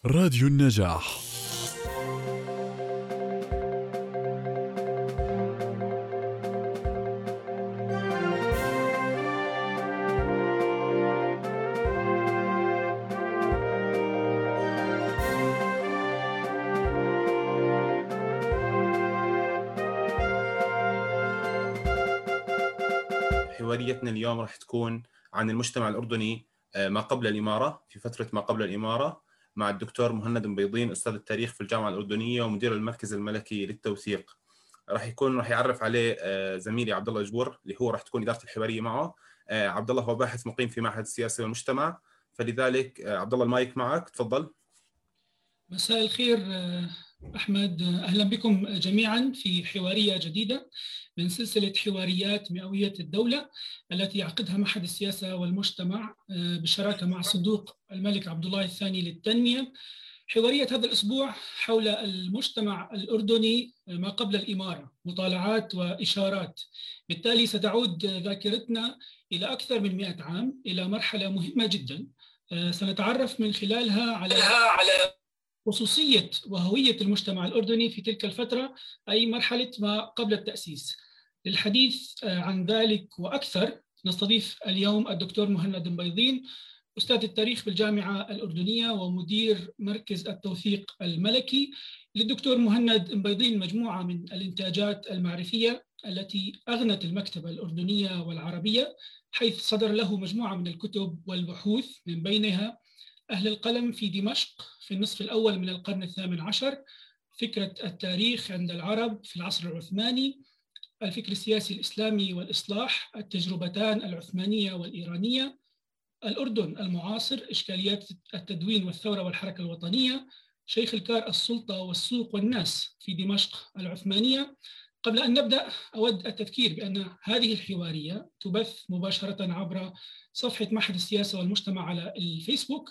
راديو النجاح. حواريتنا اليوم راح تكون عن المجتمع الأردني ما قبل الإمارة، في فترة ما قبل الإمارة، مع الدكتور مهند مبيضين، أستاذ التاريخ في الجامعة الأردنية ومدير المركز الملكي للتوثيق. راح يعرف عليه زميلي عبد الله جبور، اللي هو راح تكون إدارة الحوارية معه. عبد الله هو باحث مقيم في معهد السياسة والمجتمع، فلذلك عبد الله المايك معك، تفضل. مساء الخير أحمد، أهلا بكم جميعا في حوارية جديدة من سلسلة حواريات مئوية الدولة التي يعقدها معهد السياسة والمجتمع بالشراكة مع صندوق الملك عبد الله الثاني للتنمية. حوارية هذا الأسبوع حول المجتمع الأردني ما قبل الإمارة، مطالعات وإشارات. بالتالي ستعود ذاكرتنا إلى أكثر من 100 عام، إلى مرحلة مهمة جدا سنتعرف من خلالها على خصوصية وهوية المجتمع الأردني في تلك الفترة، أي مرحلة ما قبل التأسيس. للحديث عن ذلك وأكثر نستضيف اليوم الدكتور مهند مبيضين، أستاذ التاريخ بالجامعة الأردنية ومدير مركز التوثيق الملكي. للدكتور مهند مبيضين مجموعة من الإنتاجات المعرفية التي أغنت المكتبة الأردنية والعربية، حيث صدر له مجموعة من الكتب والبحوث، من بينها أهل القلم في دمشق في النصف الأول من القرن الثامن عشر، فكرة التاريخ عند العرب في العصر العثماني، الفكر السياسي الإسلامي والإصلاح، التجربتان العثمانية والإيرانية، الأردن المعاصر، إشكاليات التدوين والثورة والحركة الوطنية، شيخ الكار، السلطة والسوق والناس في دمشق العثمانية. قبل أن نبدأ أود التذكير بأن هذه الحوارية تبث مباشرة عبر صفحة معهد السياسة والمجتمع على الفيسبوك،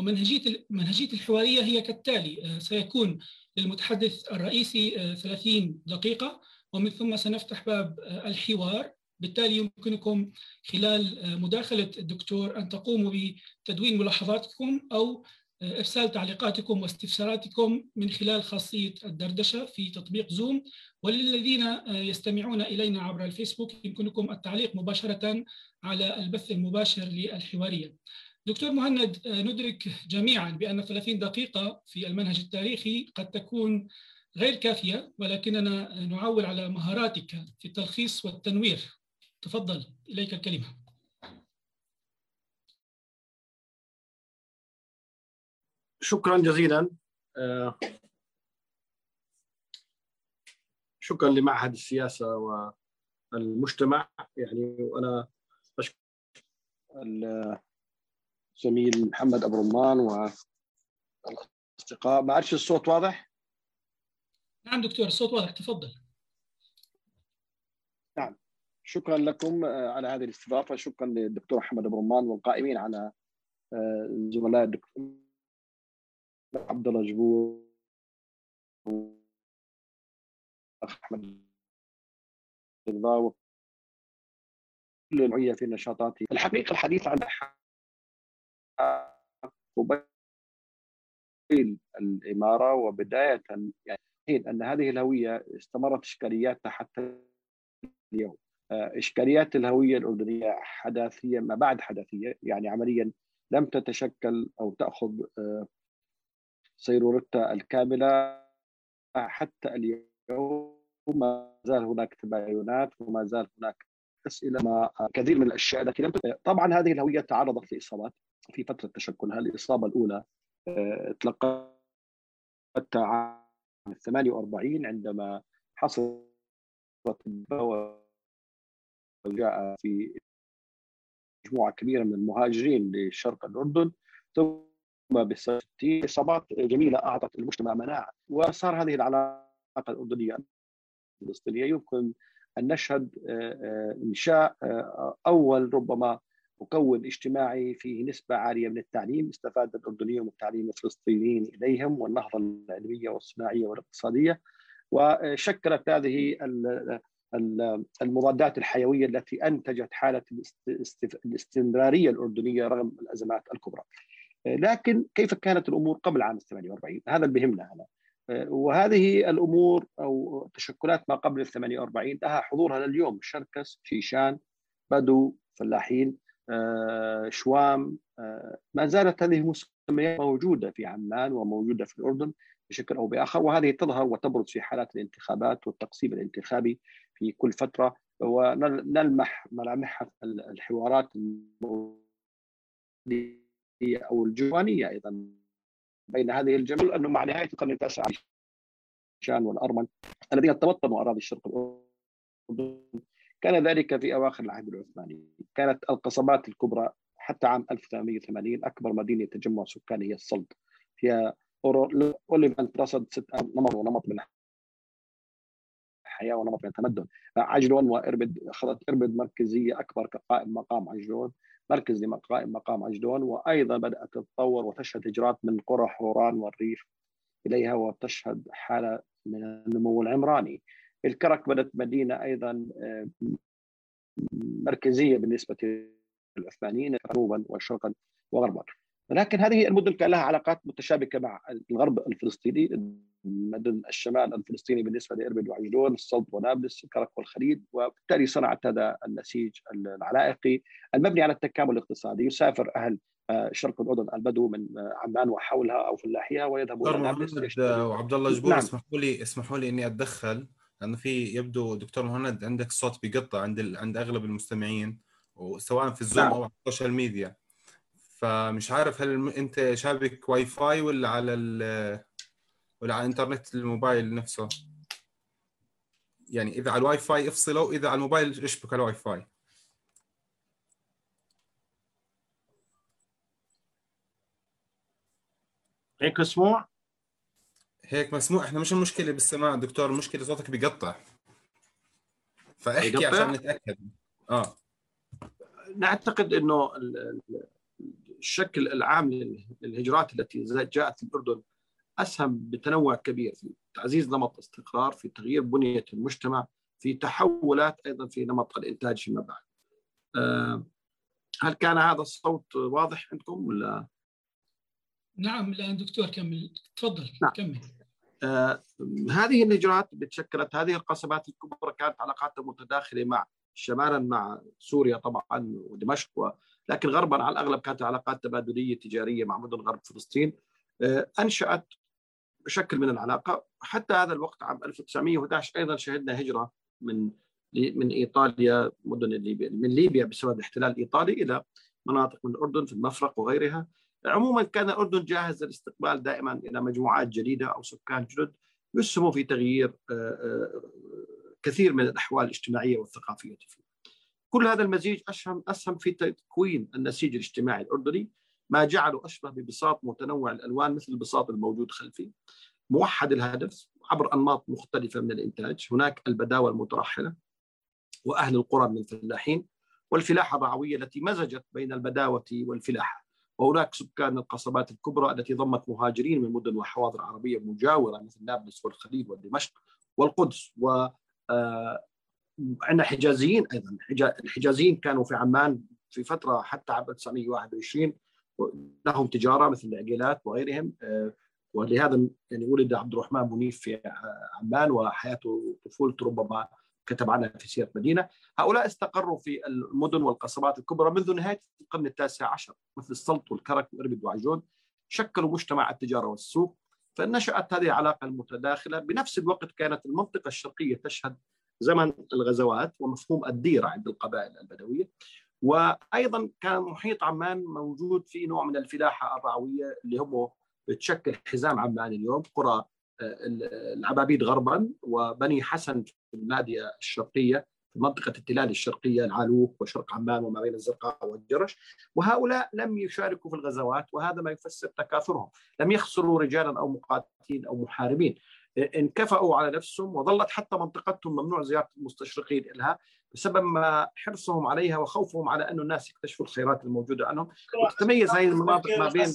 ومنهجية الحوارية هي كالتالي: سيكون للمتحدث الرئيسي 30 دقيقة، ومن ثم سنفتح باب الحوار. بالتالي يمكنكم خلال مداخلة الدكتور أن تقوموا بتدوين ملاحظاتكم أو إرسال تعليقاتكم واستفساراتكم من خلال خاصية الدردشة في تطبيق زوم. وللذين يستمعون إلينا عبر الفيسبوك يمكنكم التعليق مباشرة على البث المباشر للحوارية. دكتور مهند، ندرك جميعا بأن 30 دقيقة في المنهج التاريخي قد تكون غير كافية، ولكننا نعول على مهاراتك في التلخيص والتنوير. تفضل، إليك الكلمة. شكرا جزيلا. شكرا لمعهد السياسة والمجتمع، وأنا أشكر الزميل محمد أبو رمان والأصدقاء. ما أعرفش الصوت واضح؟ نعم دكتور، الصوت واضح، تفضل. نعم، شكرا لكم على هذه الاستضافة. شكرا للدكتور محمد أبو رمان والقائمين على الزملاء الدكتور عبد الله جبور أحمد الله وكل النوعية في نشاطاتي. الحقيقة الحديث عن الإمارة وبداية أن هذه الهوية استمرت إشكالياتها حتى اليوم. إشكاليات الهوية الأردنية حداثية ما بعد حداثية، عمليا لم تتشكل أو تأخذ صيرورتها الكاملة حتى اليوم. ما زال هناك تباينات وما زال هناك أسئلة، ما كثير من الأشياء التي لم طبعا هذه الهوية تعرضت لإصابات في فترة تشكلها. الإصابة الأولى تلقتها عام 48 عندما حصلت وجاء في مجموعة كبيرة من المهاجرين لشرق الأردن، ثم بالستين إصابات جميلة أعطت المجتمع مناعة، وصار هذه العلاقة الأردنية الفلسطينية يمكن أن نشهد إنشاء أول ربما مكون اجتماعي فيه نسبة عالية من التعليم، استفاد الأردنيون من تعليم الفلسطينيين إليهم، والنهضة العلمية والصناعية والاقتصادية. وشكلت هذه المضادات الحيوية التي أنتجت حالة الاستمرارية الأردنية رغم الأزمات الكبرى. لكن كيف كانت الأمور قبل عام 48؟ هذا اللي بيهمنا هنا. وهذه الأمور أو تشكلات ما قبل 48 لها حضورها لليوم: شركس، شيشان، بدو، فلاحين، شوام. ما زالت هذه المسميات موجودة في عمان وموجودة في الأردن بشكل أو بآخر، وهذه تظهر وتبرز في حالات الانتخابات والتقسيم الانتخابي في كل فترة، ونلمح ملامحها الحوارات أو الجوانية أيضا بين هذه الجميع، أنه مع نهاية القرن التاسع الشيشان والأرمن الذين تبطنوا أراضي الشرق الأردن كان ذلك في أواخر العهد العثماني. كانت القصبات الكبرى حتى عام 1880 أكبر مدينة تجمع سكاني هي الصلد، هي أوليفانت رصد نمط من الحياة ونمط من التمدن. عجلون وإربد، أخذت إربد مركزية أكبر كقائم مقام عجلون، مركز لقائم مقام عجلون، وأيضا بدأت تتطور وتشهد هجرات من قرى حوران والريف إليها، وتشهد حالة من النمو العمراني. الكرك بدأت مدينة أيضا مركزية بالنسبة للعثمانيين جنوبا وشرقا وغربا. ولكن هذه المدن كان لها علاقات متشابكة مع الغرب الفلسطيني، مدن الشمال الفلسطيني بالنسبة لإربد وعجلون، الصلد ونابلس، الكرك والخليل، وبالتالي صنعت هذا النسيج العلائقي المبني على التكامل الاقتصادي. يسافر أهل شرق الأردن البدو من عمان وحولها أو فلاحيها ويذهبوا إلى نابلس. وعبد الله جبور، نعم. اسمحوا لي إني أتدخل، لأنه في يبدو دكتور مهند عندك الصوت بيقطع عند أغلب المستمعين، وسواء في الزوم أو على السوشيال ميديا. فمش عارف هل أنت شابك واي فاي ولا على الإنترنت الموبايل نفسه؟ يعني إذا على الواي فاي افصله، وإذا على الموبايل اشبك على الواي فاي. هيك مسموع؟ هيك مسموع. احنا مش المشكلة بالسماع دكتور، المشكلة صوتك بيقطع، فاحكي عشان نتأكد. نعتقد انه الشكل العام للهجرات التي جاءت في الأردن أسهم بتنوع كبير في تعزيز نمط الاستقرار، في تغيير بنية المجتمع، في تحولات أيضا في نمط الإنتاج فيما بعد. هل كان هذا الصوت واضح عندكم ولا؟ نعم. لا دكتور كمل، تفضل. نعم. كمل. هذه الهجرات بتشكلت هذه القصبات الكبرى كانت علاقاتها متداخلة مع شمالا مع سوريا طبعا ودمشق، لكن غربا على الأغلب كانت علاقات تبادلية تجارية مع مدن غرب فلسطين. أنشأت بشكل من العلاقة. حتى هذا الوقت عام 1911 أيضا شهدنا هجرة من إيطاليا، مدن ليبيا، من ليبيا بسبب الاحتلال الإيطالي إلى مناطق من الأردن في المفرق وغيرها. عموما كان الأردن جاهز للاستقبال دائما إلى مجموعات جديدة أو سكان جدد يسهموا في تغيير كثير من الأحوال الاجتماعية والثقافية فيه. كل هذا المزيج أسهم في تكوين النسيج الاجتماعي الأردني، ما جعله أشبه ببساط متنوع الألوان مثل البساط الموجود خلفي، موحد الهدف عبر أنماط مختلفة من الإنتاج. هناك البداوة المترحلة وأهل القرى من الفلاحين، والفلاحة الرعوية التي مزجت بين البداوة والفلاحة، وهناك سكان القصبات الكبرى التي ضمت مهاجرين من مدن وحواضر عربية مجاورة مثل نابلس والخليل ودمشق والقدس. و عندنا حجازيين أيضا. الحجازيين كانوا في عمان في فترة حتى عام 1921 لهم تجارة مثل العقيلات وغيرهم، ولهذا يعني ولد عبد الرحمن منيف في عمان وحياته طفولته ربما كتب عنها في سيرة مدينة. هؤلاء استقروا في المدن والقصبات الكبرى منذ نهاية القرن التاسع عشر مثل السلط والكرك وإربد وعجلون، شكلوا مجتمع التجارة والسوق، فنشأت هذه العلاقة المتداخلة. بنفس الوقت كانت المنطقة الشرقية تشهد زمن الغزوات ومفهوم الديرة عند القبائل البدوية، وأيضا كان محيط عمان موجود في نوع من الفلاحة الرعوية اللي هم بتشكل حزام عمان اليوم، قرى العبابيد غربا وبني حسن في النادية الشرقية في منطقة التلال الشرقية، العالوك وشرق عمان وما بين الزرقاء والجرش. وهؤلاء لم يشاركوا في الغزوات، وهذا ما يفسر تكاثرهم. لم يخسروا رجالا أو مقاتلين أو محاربين، انكفأوا على نفسهم، وظلت حتى منطقتهم ممنوع زيارة المستشرقين لها بسبب ما حرصهم عليها وخوفهم على أن الناس يكتشفوا الخيرات الموجودة عنهم. وتتميز هذه المناطق ما بين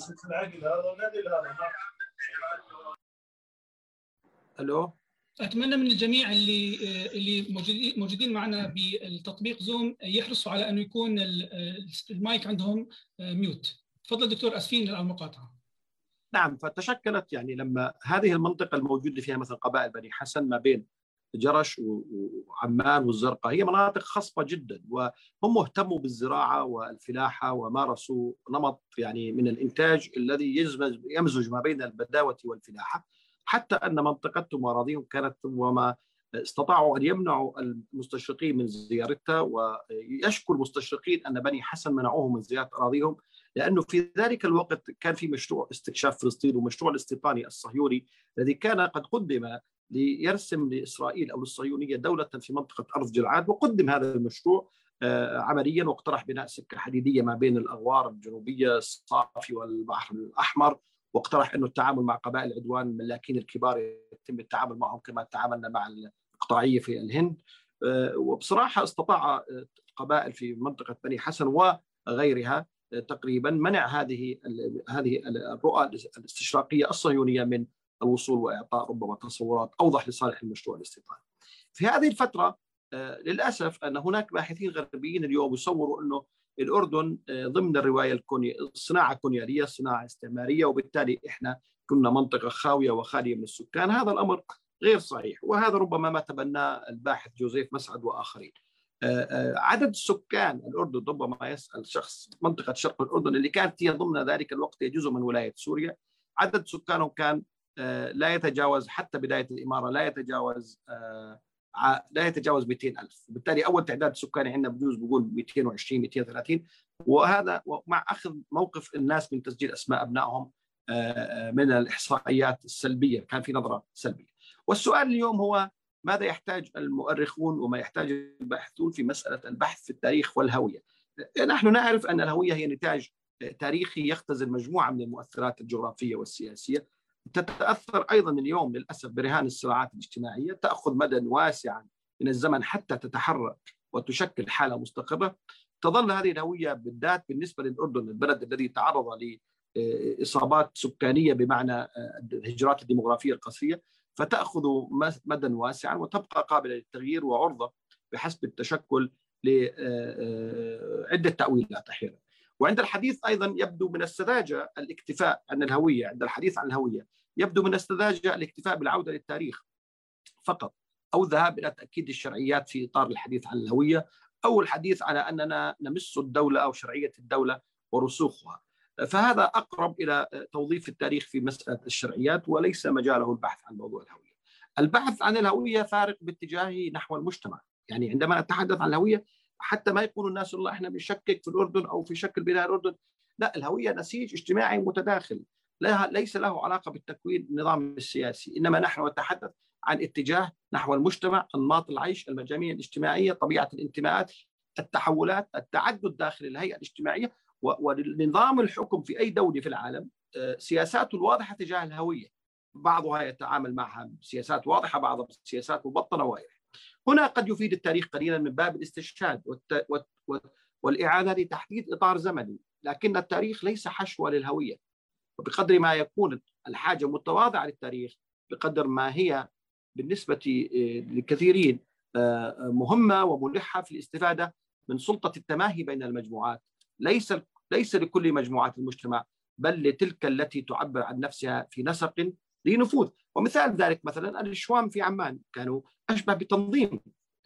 ألو. أتمنى من الجميع اللي موجودين معنا بالتطبيق زوم يحرصوا على أنه يكون المايك عندهم ميوت. تفضل دكتور، اسفين على المقاطعه. نعم، فتشكلت يعني لما هذه المنطقة الموجودة فيها مثلا قبائل بني حسن ما بين جرش وعمان والزرقاء هي مناطق خصبة جدا، وهم اهتموا بالزراعة والفلاحة ومارسوا نمط يعني من الإنتاج الذي يمزج ما بين البداوة والفلاحة، حتى أن منطقتهم وأراضيهم كانت وما استطاعوا أن يمنعوا المستشرقين من زيارتها، ويشكو المستشرقين أن بني حسن منعوهم من زيارة أراضيهم، لأنه في ذلك الوقت كان في مشروع استكشاف فلسطين ومشروع الاستيطاني الصهيوني الذي كان قد قدم ليرسم لإسرائيل أو للصهيونية دولة في منطقة أرض جلعاد، وقدم هذا المشروع عمليا، واقترح بناء سكة حديدية ما بين الأغوار الجنوبية الصافي والبحر الأحمر، واقترح أنه التعامل مع قبائل العدوان الملاكين الكبار يتم التعامل معهم كما تعاملنا مع الإقطاعية في الهند. وبصراحة استطاع قبائل في منطقة بني حسن وغيرها تقريبا منع هذه الرؤى الاستشراقية الصهيونية من الوصول وإعطاء ربما تصورات أوضح لصالح المشروع الاستيطاني. في هذه الفترة للأسف أن هناك باحثين غربيين اليوم يصوروا أنه الأردن ضمن الرواية الصناعة كولونيالية، صناعة استعمارية، وبالتالي إحنا كنا منطقة خاوية وخالية من السكان. هذا الأمر غير صحيح، وهذا ربما ما تبناه الباحث جوزيف مسعد وآخرين. عدد سكان الأردن، ربما يسأل شخص منطقة شرق الأردن اللي كانت هي ضمن ذلك الوقت جزء من ولاية سوريا، عدد سكانهم كان لا يتجاوز حتى بداية الإمارة لا يتجاوز 200,000. وبالتالي أول تعداد سكاني عندنا بجوز بقول 220 230، وهذا مع أخذ موقف الناس من تسجيل أسماء أبنائهم من الإحصائيات السلبية، كان في نظرة سلبية. والسؤال اليوم هو ماذا يحتاج المؤرخون وما يحتاج الباحثون في مسألة البحث في التاريخ والهوية؟ نحن نعرف أن الهوية هي نتاج تاريخي يختزل مجموعة من المؤثرات الجغرافية والسياسية، تتأثر أيضا اليوم للأسف برهان الصراعات الاجتماعية، تأخذ مدى واسعا من الزمن حتى تتحرك وتشكل حالة مستقرة. تظل هذه الهوية بالذات بالنسبة للأردن البلد الذي تعرض لإصابات سكانية بمعنى الهجرات الديمغرافية القاسية، فتأخذ مدى واسعا وتبقى قابلة للتغيير وعرضة بحسب التشكل لعدة تأويلات أحيانا. وعند الحديث أيضا يبدو من السذاجة الاكتفاء عن الهوية، عند الحديث عن الهوية يبدو من السذاجة الاكتفاء بالعودة للتاريخ فقط، أو الذهاب إلى تأكيد الشرعيات في إطار الحديث عن الهوية، أو الحديث على أننا نمس الدولة أو شرعية الدولة ورسوخها. فهذا أقرب إلى توظيف التاريخ في مسألة الشرعيات وليس مجاله البحث عن موضوع الهوية. البحث عن الهوية فارق باتجاهه نحو المجتمع، يعني عندما نتحدث عن الهوية حتى ما يقول الناس والله احنا بنشكك في الأردن أو في شكل بناء الأردن، لا، الهوية نسيج اجتماعي متداخل ليس له علاقة بالتكوين النظام السياسي، إنما نحن نتحدث عن اتجاه نحو المجتمع، أنماط العيش، المجاميع الاجتماعية، طبيعة الانتماءات، التحولات، التعدد داخل الهيئة الاجتماعية، ونظام الحكم في أي دولة في العالم سياساته الواضحة تجاه الهوية، بعضها يتعامل معها بسياسات واضحة، بعضها بسياسات مبطنة وغيرها. هنا قد يفيد التاريخ قليلا من باب الاستشهاد والإعادة لتحديد إطار زمني، لكن التاريخ ليس حشوة للهوية، وبقدر ما يكون الحاجة متواضعة للتاريخ بقدر ما هي بالنسبة لكثيرين مهمة وملحة في الاستفادة من سلطة التماهي بين المجموعات، ليس لكل مجموعات المجتمع، بل لتلك التي تعبر عن نفسها في نسق لنفوذ. ومثال ذلك مثلا الشوام في عمان كانوا أشبه بتنظيم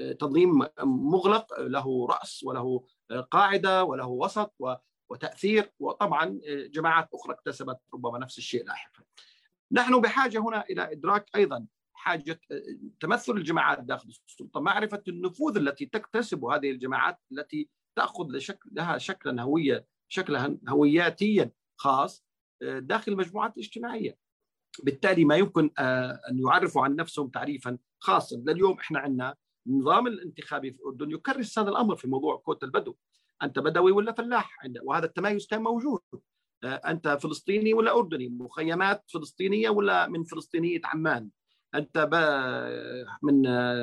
مغلق، له رأس وله قاعدة وله وسط وتأثير، وطبعا جماعات أخرى اكتسبت ربما نفس الشيء لاحقا. نحن بحاجة هنا إلى إدراك أيضا حاجة تمثل الجماعات داخل السلطة، معرفة النفوذ التي تكتسب هذه الجماعات التي تأخذ لها شكلا هوياتيا خاص داخل المجموعات الاجتماعية. بالتالي ما يمكن أن يعرفوا عن نفسهم تعريفا خاصا. لليوم إحنا عندنا النظام الانتخابي في الأردن يكرس هذا الأمر في موضوع كوتا البدو، أنت بدوي ولا فلاح، وهذا التمايز كان موجود، أنت فلسطيني ولا أردني، مخيمات فلسطينية ولا من فلسطينية عمان، أنت من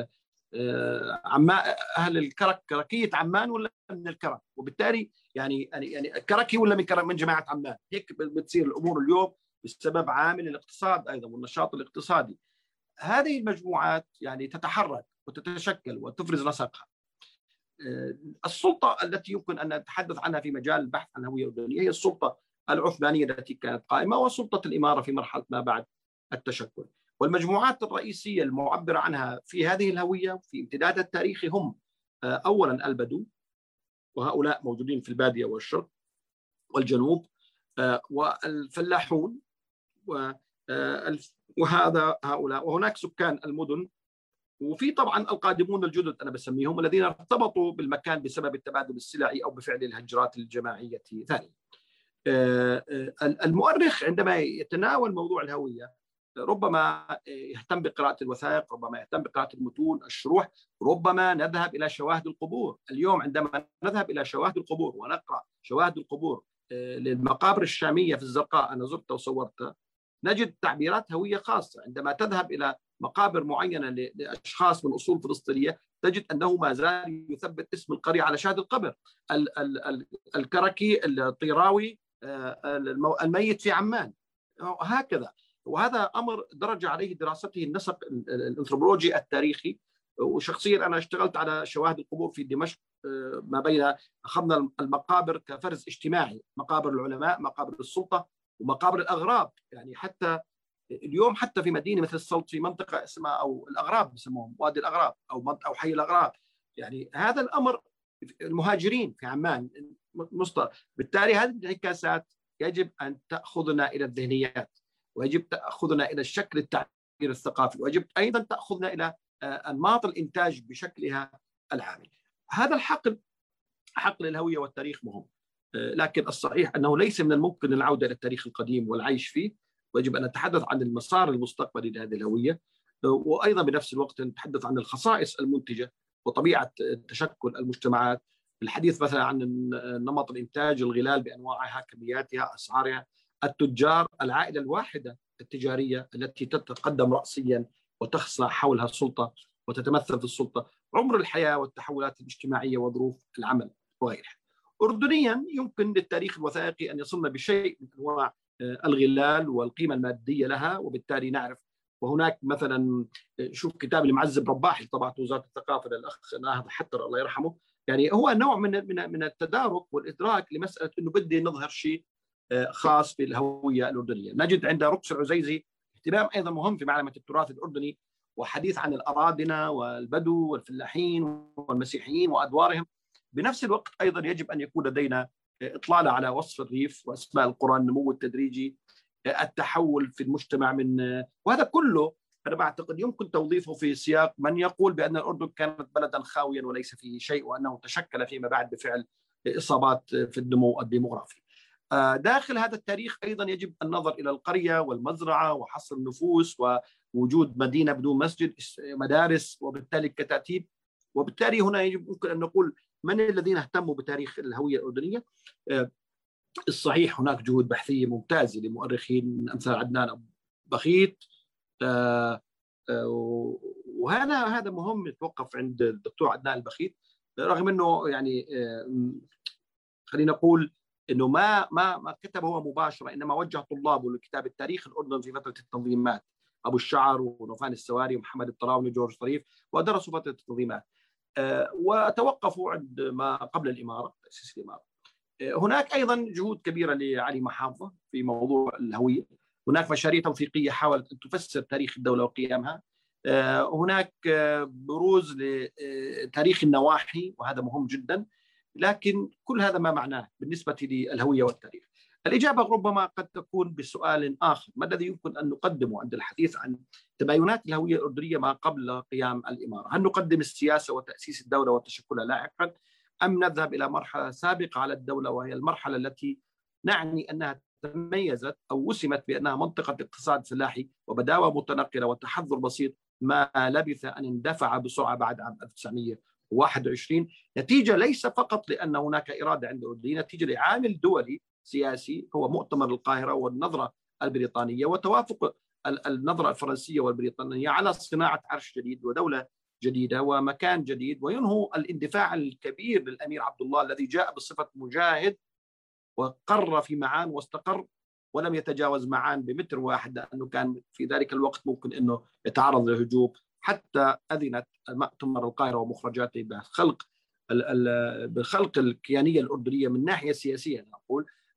أهل الكرك كركية عمان ولا من الكرك، وبالتالي يعني كركي ولا من جماعة عمان. هيك بتصير الأمور اليوم بسبب عامل الاقتصاد أيضا والنشاط الاقتصادي. هذه المجموعات يعني تتحرك وتتشكل وتفرز نسقها. السلطة التي يمكن أن نتحدث عنها في مجال البحث عن الهوية الأردنية هي السلطة العثمانية التي كانت قائمة وسلطة الإمارة في مرحلة ما بعد التشكل. والمجموعات الرئيسية المعبرة عنها في هذه الهوية في امتداد التاريخي هم أولا البدو، وهؤلاء موجودين في البادية والشرق والجنوب، والفلاحون، وهذا هؤلاء، وهناك سكان المدن، وفي طبعا القادمون الجدد أنا بسميهم الذين ارتبطوا بالمكان بسبب التبادل السلعي أو بفعل الهجرات الجماعية ثانيا. المؤرخ عندما يتناول موضوع الهوية ربما يهتم بقراءة الوثائق، ربما يهتم بقراءة المتون، الشروح، ربما نذهب إلى شواهد القبور. اليوم عندما نذهب إلى شواهد القبور ونقرأ شواهد القبور للمقابر الشامية في الزرقاء، أنا زرتها وصورتها، نجد تعبيرات هوية خاصة. عندما تذهب إلى مقابر معينة لأشخاص من أصول فلسطينية تجد أنه ما زال يثبت اسم القرية على شاهد القبر. الكركي، الطيراوي، الميت في عمان، هكذا. وهذا أمر درج عليه دراسته النسق الأنثروبولوجي التاريخي. وشخصيا أنا اشتغلت على شواهد القبور في دمشق، ما بين أخذنا المقابر كفرز اجتماعي، مقابر العلماء، مقابر السلطة، ومقابر الأغراب. يعني حتى اليوم حتى في مدينة مثل السلط في منطقة اسمها أو الأغراب بسموهم وادي الأغراب أو حي الأغراب. يعني هذا الأمر المهاجرين في عمان مصدر. بالتالي هذه الانعكاسات يجب أن تأخذنا إلى الذهنيات، ويجب تأخذنا إلى الشكل التعبير الثقافي، ويجب أيضا تأخذنا إلى أنماط الإنتاج بشكلها العامي. هذا الحقل، حقل الهوية والتاريخ مهم، لكن الصحيح أنه ليس من الممكن العودة إلى التاريخ القديم والعيش فيه، ويجب أن نتحدث عن المسار المستقبلي لهذه الهوية، وأيضا بنفس الوقت نتحدث عن الخصائص المنتجة وطبيعة تشكل المجتمعات. الحديث مثلا عن نمط الإنتاج، الغلال بأنواعها، كمياتها، أسعارها، التجار، العائلة الواحدة التجارية التي تتقدم رأسيا وتخصى حولها السلطة وتتمثل في السلطة، عمر الحياة والتحولات الاجتماعية وظروف العمل وغيرها. أردنيا يمكن للتاريخ الوثائقي أن يصلنا بشيء من أنواع الغلال والقيمة المادية لها، وبالتالي نعرف. وهناك مثلا شوف كتاب المعزب رباحي طبعت وزارة الثقافة للأخ ناهض حتر الله يرحمه، يعني هو نوع من التدارك والإدراك لمسألة أنه بدي نظهر شيء خاص بالهوية الأردنية. نجد عند رقص العزيزي اهتمام أيضا مهم في معلومة التراث الأردني، وحديث عن الأرادنة والبدو والفلاحين والمسيحيين وأدوارهم. بنفس الوقت أيضا يجب أن يكون لدينا إطلالة على وصف الريف وأسماء القرى، النمو التدريجي، التحول في المجتمع من، وهذا كله أنا بعتقد يمكن توظيفه في سياق من يقول بأن الأردن كانت بلدا خاويا وليس فيه شيء، وأنه تشكل فيما بعد بفعل إصابات في النمو الديموغرافي. داخل هذا التاريخ أيضا يجب النظر إلى القرية والمزرعة وحصر النفوس ووجود مدينة بدون مسجد، مدارس، وبالتالي كتاتيب. وبالتالي هنا يجب ممكن أن نقول من الذين اهتموا بتاريخ الهوية الأردنية. الصحيح هناك جهود بحثية ممتازة لمؤرخين أمثال عدنان بخيت، وهذا مهم يتوقف عند الدكتور عدنان البخيت، رغم أنه يعني خلينا نقول انه ما كتب هو مباشره، انما وجه طلابه لكتاب التاريخ الاردن في فتره التنظيمات، ابو الشعر ونوفان السواري ومحمد الطراوني وجورج طريف، ودرسوا فتره التنظيمات وتوقفوا عند ما قبل الاماره، تاسيس الاماره. هناك ايضا جهود كبيره لعلي محافظه في موضوع الهويه، هناك مشاريع توثيقيه حاولت ان تفسر تاريخ الدوله وقيامها، هناك بروز لتاريخ النواحي وهذا مهم جدا. لكن كل هذا ما معناه بالنسبة للهوية والتاريخ. الإجابة ربما قد تكون بسؤال آخر: ما الذي يمكن أن نقدمه عند الحديث عن تباينات الهوية الأردنية ما قبل قيام الإمارة؟ هل نقدم السياسة وتأسيس الدولة وتشكلها لاحقا، أم نذهب إلى مرحلة سابقة على الدولة وهي المرحلة التي نعني أنها تميزت أو وسمت بأنها منطقة اقتصاد فلاحي وبداوة متنقلة وتحضر بسيط، ما لبث أن اندفع بسرعة بعد عام 1921، نتيجة ليس فقط لأن هناك إرادة عند الأردنيين، نتيجة لعامل دولي سياسي هو مؤتمر القاهرة والنظرة البريطانية وتوافق النظرة الفرنسية والبريطانية على صناعة عرش جديد ودولة جديدة ومكان جديد، وينهوا الاندفاع الكبير للأمير عبد الله الذي جاء بصفة مجاهد وقر في معان واستقر ولم يتجاوز معان بمتر واحد، لأنه كان في ذلك الوقت ممكن أنه يتعرض للهجوم. حتى أذنت مؤتمر القاهرة ومخرجاته بخلق الكيانية الأردنية من ناحية سياسية، نقول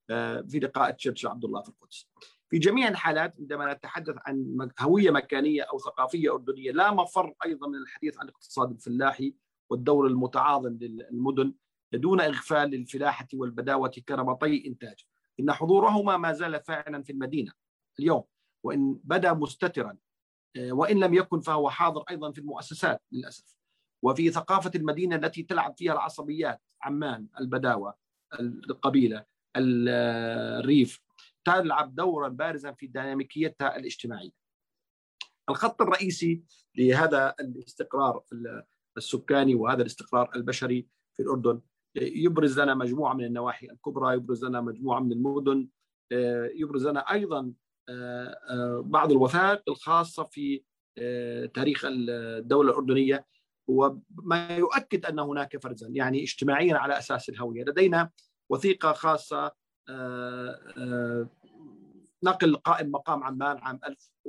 في لقاء تشرشل عبد الله في القدس. في جميع الحالات عندما نتحدث عن هوية مكانية أو ثقافية أردنية لا مفر أيضا من الحديث عن الاقتصاد الفلاحي والدور المتعاظم للمدن دون إغفال للفلاحة والبداوة كنمطي إنتاج. إن حضورهما ما زال فاعلا في المدينة اليوم، وإن بدا مستترا وإن لم يكن فهو حاضر أيضا في المؤسسات للأسف، وفي ثقافة المدينة التي تلعب فيها العصبيات، عمان، البداوة، القبيلة، الريف، تلعب دورا بارزا في ديناميكيتها الاجتماعية. الخط الرئيسي لهذا الاستقرار السكاني وهذا الاستقرار البشري في الأردن يبرز لنا مجموعة من النواحي الكبرى، يبرز لنا مجموعة من المدن، يبرز لنا أيضا بعض الوثائق الخاصة في تاريخ الدولة الأردنية، وما يؤكد أن هناك فرزا يعني اجتماعيا على أساس الهوية. لدينا وثيقة خاصة نقل قائم مقام عمان عام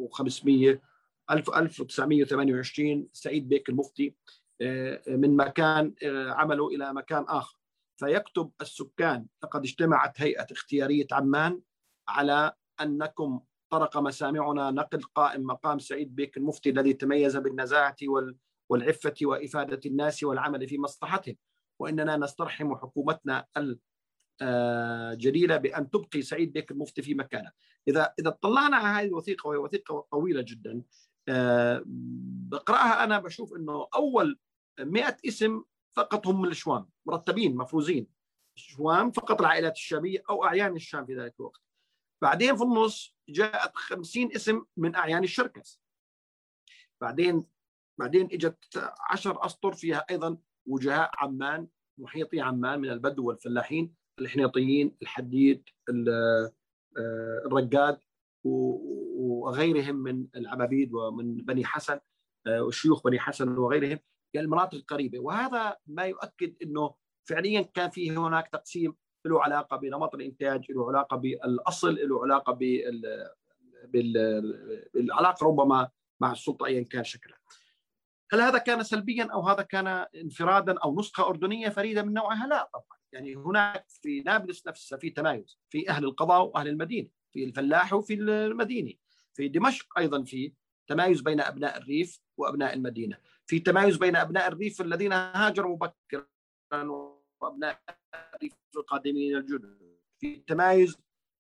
1928 سعيد بيك المفتي من مكان عمله إلى مكان آخر، فيكتب السكان: لقد اجتمعت هيئة اختيارية عمان على أنكم طرق مسامعنا نقل قائم مقام سعيد بيك المفتي الذي تميز بالنزاهة والعفة وإفادة الناس والعمل في مصلحتهم، وإننا نسترحم حكومتنا الجليلة بأن تبقي سعيد بيك المفتي في مكانه. إذا اطلعنا على هذه الوثيقة، وهي وثيقة طويلة جدا، بقرأها أنا بشوف أنه أول 100 اسم فقط هم من الشوام، مرتبين مفروزين الشوام فقط، العائلات الشامية أو أعيان الشام في ذلك الوقت. بعدين في النص جاءت 50 اسم من أعيان الشركس. بعدين اجت 10 أسطر فيها أيضا وجهاء عمان، محيطي عمان من البدو والفلاحين، الحنيطيين، الحديد، الرقاد وغيرهم من العبابيد ومن بني حسن وشيوخ بني حسن وغيرهم، يعني المناطق القريبة. وهذا ما يؤكد أنه فعليا كان فيه هناك تقسيم له علاقة بنمط الإنتاج، له علاقة بالأصل، له علاقة بالعلاقة ربما مع السلطة أيا كان شكلها. هل هذا كان سلبيا أو هذا كان انفرادا أو نسخة أردنية فريدة من نوعها؟ لا طبعا. يعني هناك في نابلس نفسها في تمايز في أهل القضاء وأهل المدينة، في الفلاح وفي المديني. في دمشق أيضا في تمايز بين أبناء الريف وأبناء المدينة، في تمايز بين أبناء الريف الذين هاجروا مبكرا وأبناء الريف القادمين الجدد، في تمايز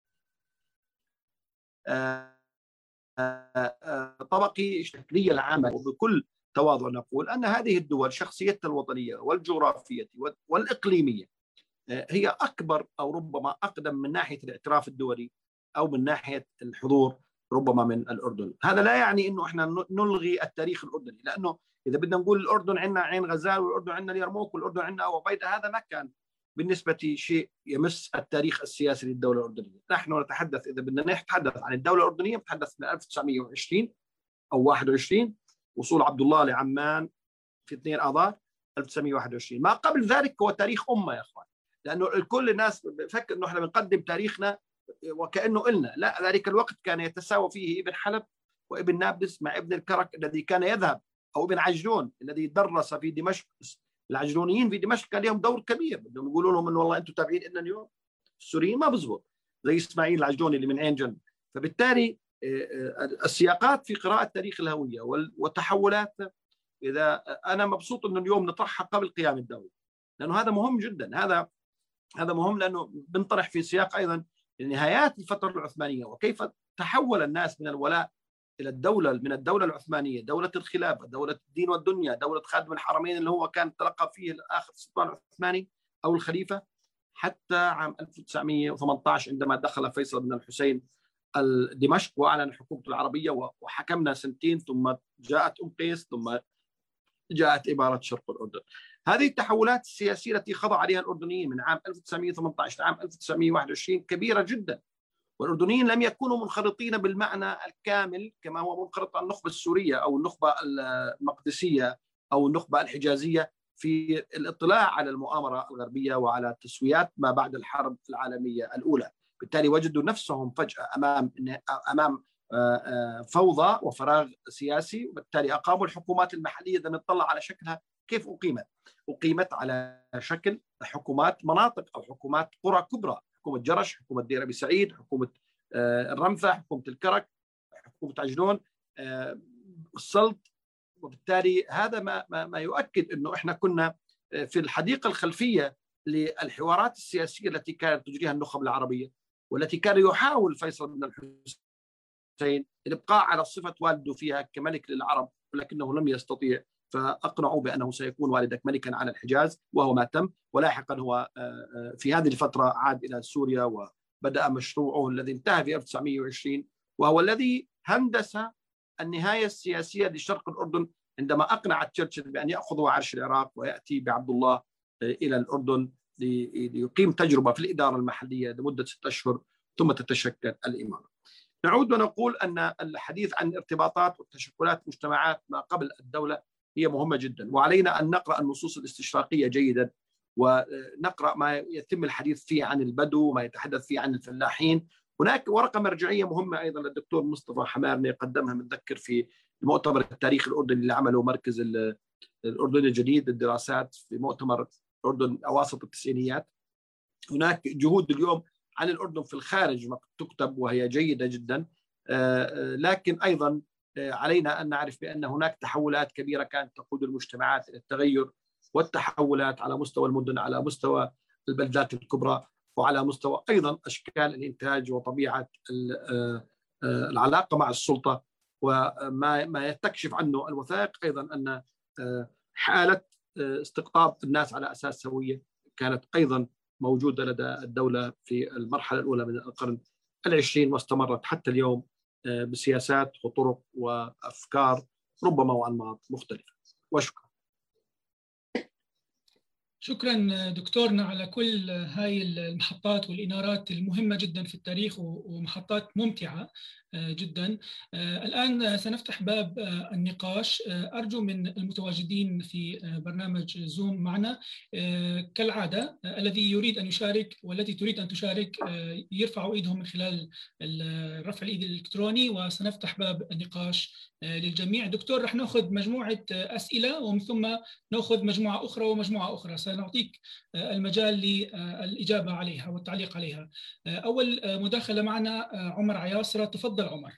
طبقي الشكلية العامة. وبكل تواضع نقول أن هذه الدول شخصيتها الوطنية والجغرافية والإقليمية هي أكبر أو ربما أقدم من ناحية الاعتراف الدولي أو من ناحية الحضور ربما من الأردن. هذا لا يعني أنه إحنا نلغي التاريخ الأردني، لأنه إذا بدنا نقول الأردن عندنا عين غزال والأردن عندنا اليرموك والأردن عندنا أبو عبيدة، هذا ما كان بالنسبة شيء يمس التاريخ السياسي للدولة الأردنية. نحن نتحدث، إذا بدنا نتحدث عن الدولة الأردنية، نتحدث من 1920 أو 21 وصول عبد الله لعمان في 2 آذار 1921. ما قبل ذلك هو تاريخ أمة يا أخوان، لأنه كل الناس بفكر أنه إحنا بنقدم تاريخنا وكأنه إلنا، لا، ذلك الوقت كان يتساوى فيه ابن حلب وابن نابلس مع ابن الكرك الذي كان يذهب، أو ابن عجلون الذي درس في دمشق. العجلونيين في دمشق كان لهم دور كبير، بدهم يقولوا لهم إنه والله أنتم تابعين لنا اليوم، السوريين ما بزبط زي إسماعيل العجلوني اللي من عين جنة. فبالتالي السياقات في قراءة تاريخ الهوية والتحولات، إذا أنا مبسوط إنه اليوم نطرحها قبل قيام الدولة، لأنه هذا مهم جدا. هذا مهم لأنه بنطرح في سياق أيضا نهايات الفترة العثمانية وكيف تحول الناس من الولاء إلى الدولة، من الدولة العثمانية، دولة الخلافة، دولة الدين والدنيا، دولة خادم الحرمين اللي هو كان تلقى فيه آخر السلطان العثماني أو الخليفة، حتى عام 1918 عندما دخل فيصل بن الحسين دمشق وأعلن حكومته العربية وحكمنا 2 سنين، ثم جاءت أم قيس، ثم جاءت إمارة شرق الأردن. هذه التحولات السياسية التي خضع عليها الأردنيين من عام 1918 لعام 1921 كبيرة جدا، والأردنيين لم يكونوا منخرطين بالمعنى الكامل كما هو منخرط النخبة السورية أو النخبة المقدسية أو النخبة الحجازية في الاطلاع على المؤامرة الغربية وعلى تسويات ما بعد الحرب العالمية الأولى. بالتالي وجدوا نفسهم فجأة أمام فوضى وفراغ سياسي، وبالتالي أقاموا الحكومات المحلية. إذا نطلع على شكلها كيف أقيمت على شكل حكومات مناطق أو حكومات قرى كبرى، حكومة جرش، حكومة دير أبي سعيد، حكومة الرمثة، حكومة الكرك، حكومة عجلون، السلط. وبالتالي هذا ما يؤكد أنه إحنا كنا في الحديقة الخلفية للحوارات السياسية التي كانت تجريها النخب العربية، والتي كان يحاول فيصل بن الحسين الإبقاء على صفة والده فيها كملك للعرب، ولكنه لم يستطيع، فأقنعوا بأنه سيكون والدك ملكا على الحجاز، وهو ما تم. ولاحقا هو في هذه الفترة عاد إلى سوريا وبدأ مشروعه الذي انتهى في 1920، وهو الذي هندس النهاية السياسية لشرق الأردن عندما أقنع تشرشل بأن يأخذ عرش العراق ويأتي بعبد الله إلى الأردن ليقيم تجربة في الإدارة المحلية لمدة 6 أشهر ثم تتشكل الإمارة. نعود ونقول أن الحديث عن ارتباطات وتشكلات مجتمعات ما قبل الدولة هي مهمة جدا، وعلينا أن نقرأ النصوص الاستشراقية جيدا، ونقرأ ما يتم الحديث فيه عن البدو، ما يتحدث فيه عن الفلاحين. هناك ورقة مرجعية مهمة أيضا للدكتور مصطفى حمارني قدمها متذكر في المؤتمر التاريخي الأردني اللي عمله مركز الأردن الجديد للدراسات في مؤتمر الأردن أواسط التسعينيات. هناك جهود اليوم عن الأردن في الخارج تكتب وهي جيدة جدا، لكن أيضا علينا أن نعرف بأن هناك تحولات كبيرة كانت تقود المجتمعات إلى التغير والتحولات على مستوى المدن، على مستوى البلدات الكبرى، وعلى مستوى أيضا أشكال الإنتاج وطبيعة العلاقة مع السلطة. وما تكشف عنه الوثائق أيضا أن حالة استقطاب الناس على أساس هوية كانت أيضا موجودة لدى الدولة في المرحلة الأولى من القرن العشرين، واستمرت حتى اليوم بسياسات وطرق وأفكار ربما وأنماط مختلفة. وشكرا. شكرا دكتورنا على كل هاي المحطات والإنارات المهمة جدا في التاريخ، ومحطات ممتعة جدا. الآن سنفتح باب النقاش. أرجو من المتواجدين في برنامج زوم معنا كالعادة الذي يريد أن يشارك والتي تريد أن تشارك يرفعوا إيدهم من خلال رفع الإيد الإلكتروني، وسنفتح باب النقاش للجميع. دكتور، رح نأخذ مجموعة أسئلة ومن ثم نأخذ مجموعة أخرى ومجموعة أخرى، سنعطيك المجال للإجابة عليها والتعليق عليها. أول مداخلة معنا عمر عياصرة، تفضل عمر.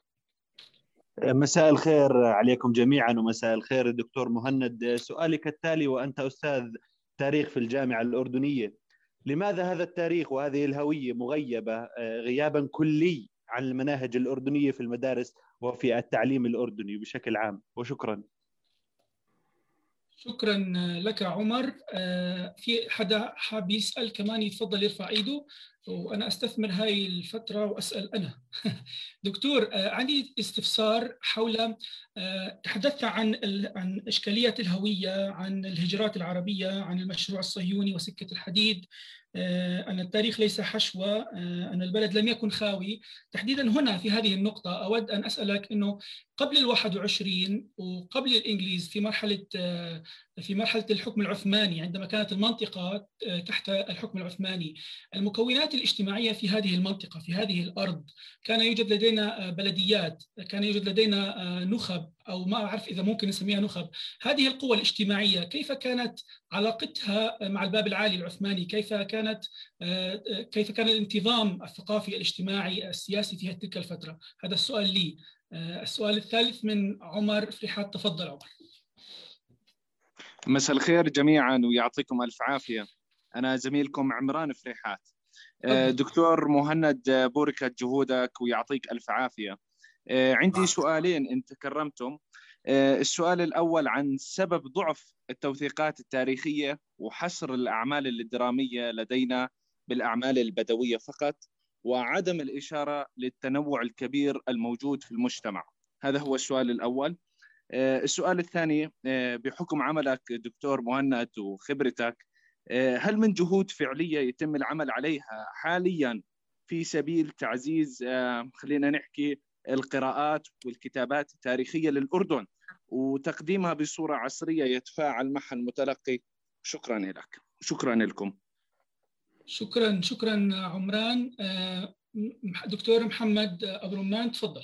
مساء الخير عليكم جميعا، ومساء الخير دكتور مهند. سؤالي كالتالي، وأنت أستاذ تاريخ في الجامعة الأردنية: لماذا هذا التاريخ وهذه الهوية مغيبة غيابا كلي عن المناهج الأردنية في المدارس وفي التعليم الأردني بشكل عام؟ وشكرا. شكرا لك عمر. في حدا حاب يسأل كمان يتفضل يرفع ايده وانا استثمر هاي الفترة واسأل انا. دكتور، عندي استفسار حول تحدثت عن اشكالية الهوية، عن الهجرات العربية، عن المشروع الصهيوني وسكة الحديد، أن التاريخ ليس حشوة، أن البلد لم يكن خاوي. تحديدا هنا في هذه النقطة أود أن أسألك أنه قبل ال21 وقبل الإنجليز في مرحلة الحكم العثماني، عندما كانت المنطقة تحت الحكم العثماني، المكونات الاجتماعية في هذه المنطقة في هذه الأرض، كان يوجد لدينا بلديات، كان يوجد لدينا نخب، أو ما أعرف إذا ممكن نسميها نخب. هذه القوى الاجتماعية كيف كانت علاقتها مع الباب العالي العثماني؟ كيف كان الانتظام الثقافي الاجتماعي السياسي في تلك الفترة؟ هذا السؤال لي. السؤال الثالث من عمر فريحات، تفضل عمر. مساء الخير جميعا ويعطيكم ألف عافية. أنا زميلكم عمران فريحات. دكتور مهند، بوركت جهودك ويعطيك ألف عافية. عندي سؤالين إن تكرمتم. السؤال الأول عن سبب ضعف التوثيقات التاريخية وحصر الأعمال الدرامية لدينا بالأعمال البدوية فقط، وعدم الإشارة للتنوع الكبير الموجود في المجتمع. هذا هو السؤال الأول. السؤال الثاني، بحكم عملك دكتور مهند وخبرتك، هل من جهود فعلية يتم العمل عليها حاليا في سبيل تعزيز خلينا نحكي القراءات والكتابات التاريخية للأردن وتقديمها بصورة عصرية يتفاعل معها المتلقي؟ شكرا لك. شكرا لكم. شكرا عمران. دكتور محمد أبو رمان، تفضل.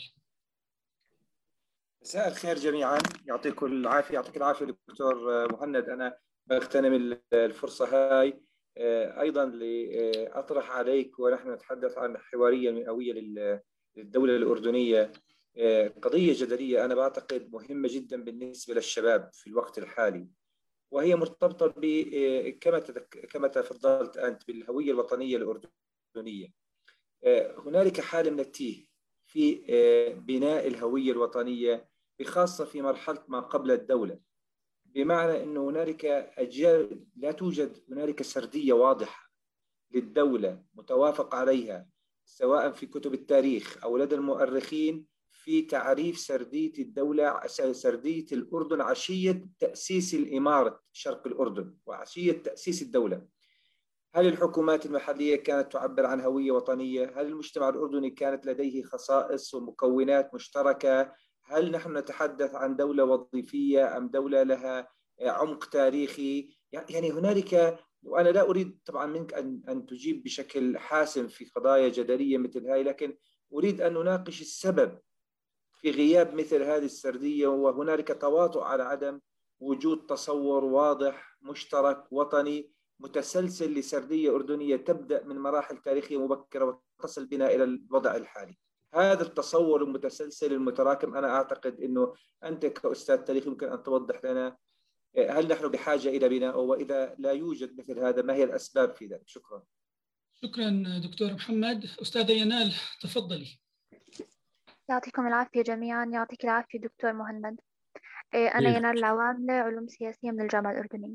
مساء الخير جميعا، يعطيكم العافية. يعطيك العافية دكتور مهند. أنا بغتنم الفرصة هاي أيضا لأطرح عليك ونحن نتحدث عن حوارية مئوية للدولة الأردنية قضية جدلية أنا بعتقد مهمة جدا بالنسبة للشباب في الوقت الحالي، وهي مرتبطة كما تفضلت أنت بالهوية الوطنية الأردنية. هنالك حالة من التيه في بناء الهوية الوطنية، بخاصة في مرحلة ما قبل الدولة، بمعنى أن هنالك أجيال لا توجد هنالك سردية واضحة للدولة متوافق عليها، سواء في كتب التاريخ أو لدى المؤرخين، في تعريف سردية الدولة، سردية الأردن عشية تأسيس الإمارة شرق الأردن وعشية تأسيس الدولة. هل الحكومات المحلية كانت تعبر عن هوية وطنية؟ هل المجتمع الأردني كانت لديه خصائص ومكونات مشتركة؟ هل نحن نتحدث عن دولة وظيفية أم دولة لها عمق تاريخي؟ يعني هنالك، وأنا لا أريد طبعا منك أن تجيب بشكل حاسم في قضايا جدلية مثل هاي، لكن أريد أن نناقش السبب في غياب مثل هذه السردية، وهنالك تواطؤ على عدم وجود تصور واضح مشترك وطني متسلسل لسردية أردنية تبدأ من مراحل تاريخية مبكرة وتصل بنا إلى الوضع الحالي. هذا التصور المتسلسل المتراكم أنا أعتقد أنه أنت كأستاذ تاريخ يمكن أن توضح لنا هل نحن بحاجة إلى بنائه، وإذا لا يوجد مثل هذا ما هي الأسباب في ذلك؟ شكرا. شكرا دكتور محمد. أستاذة ينال تفضلي. يعطيكم العافية جميعا. يعطيك العافية دكتور مهند. أنا ينال العواملة، علوم سياسية من الجامعة الأردنية.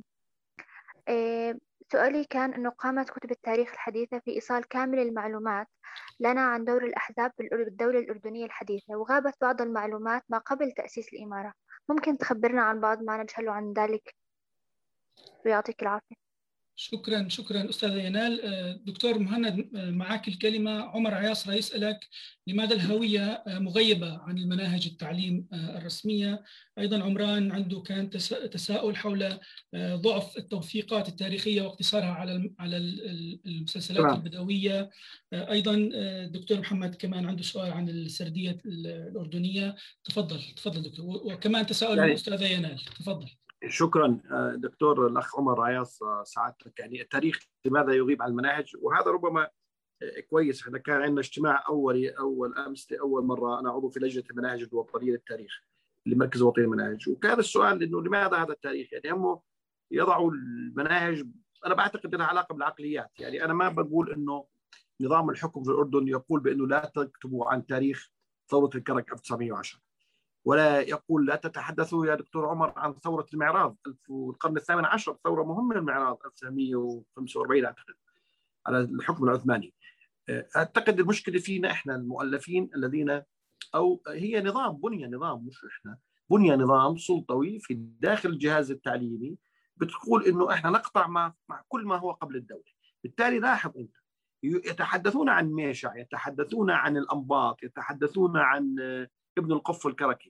سؤالي كان أنه قامت كتب التاريخ الحديثة في إيصال كامل المعلومات لنا عن دور الأحزاب بالدولة الأردنية الحديثة، وغابت بعض المعلومات ما قبل تأسيس الإمارة. ممكن تخبرنا عن بعض ما نجهله عن ذلك؟ ويعطيك العافية. شكرا أستاذة ينال. دكتور مهند معك الكلمة. عمر عياص يسألك لماذا الهوية مغيبة عن المناهج التعليم الرسمية؟ أيضا عمران عنده كان تساؤل حول ضعف التوثيقات التاريخية واقتصارها على المسلسلات البدوية. أيضا دكتور محمد كمان عنده سؤال عن السردية الأردنية. تفضل دكتور. وكمان تساؤل الأستاذة ينال. تفضل. شكرا دكتور الأخ عمر عياص سعادتك. يعني التاريخ لماذا يغيب عن المناهج؟ وهذا ربما كويس. احنا كان عندنا اجتماع أول أمس لأول مرة، أنا عضو في لجنة المناهج الوطنية للتاريخ لمركز وطني المناهج، وكان السؤال إنه لماذا هذا التاريخ؟ يعني هم يضعوا المناهج، أنا بعتقد لها علاقة بالعقليات. يعني أنا ما بقول إنه نظام الحكم في الأردن يقول بأنه لا تكتبوا عن تاريخ ثورة الكرك 1910، ولا يقول لا تتحدثوا يا دكتور عمر عن ثورة المعراض القرن الثامن عشر، ثورة مهمة المعراض 1945 أعتقد على الحكم العثماني. أعتقد المشكلة فينا إحنا المؤلفين الذين، أو هي بني نظام مش إحنا، بني نظام سلطوي في داخل الجهاز التعليمي بتقول إنه إحنا نقطع مع كل ما هو قبل الدولة. بالتالي لاحظ أنت يتحدثون عن ميشع، يتحدثون عن الأنباط، يتحدثون عن ابن القف الكركي،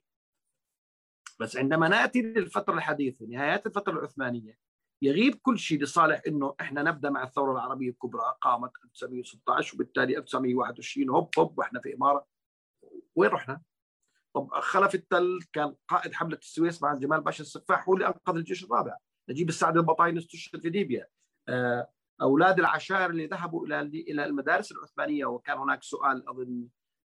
بس عندما ناتي للفتره الحديثه نهايات الفتره العثمانيه يغيب كل شيء لصالح انه احنا نبدا مع الثوره العربيه الكبرى قامت 1916، وبالتالي 1921 هوب واحنا في اماره. وين رحنا؟ طب خلف التل كان قائد حمله السويس مع جمال باشا السفاح، هو اللي انقذ الجيش الرابع. نجيب السعد البطايني استشهد في ليبيا. اولاد العشائر اللي ذهبوا الى المدارس العثمانيه، وكان هناك سؤال اظن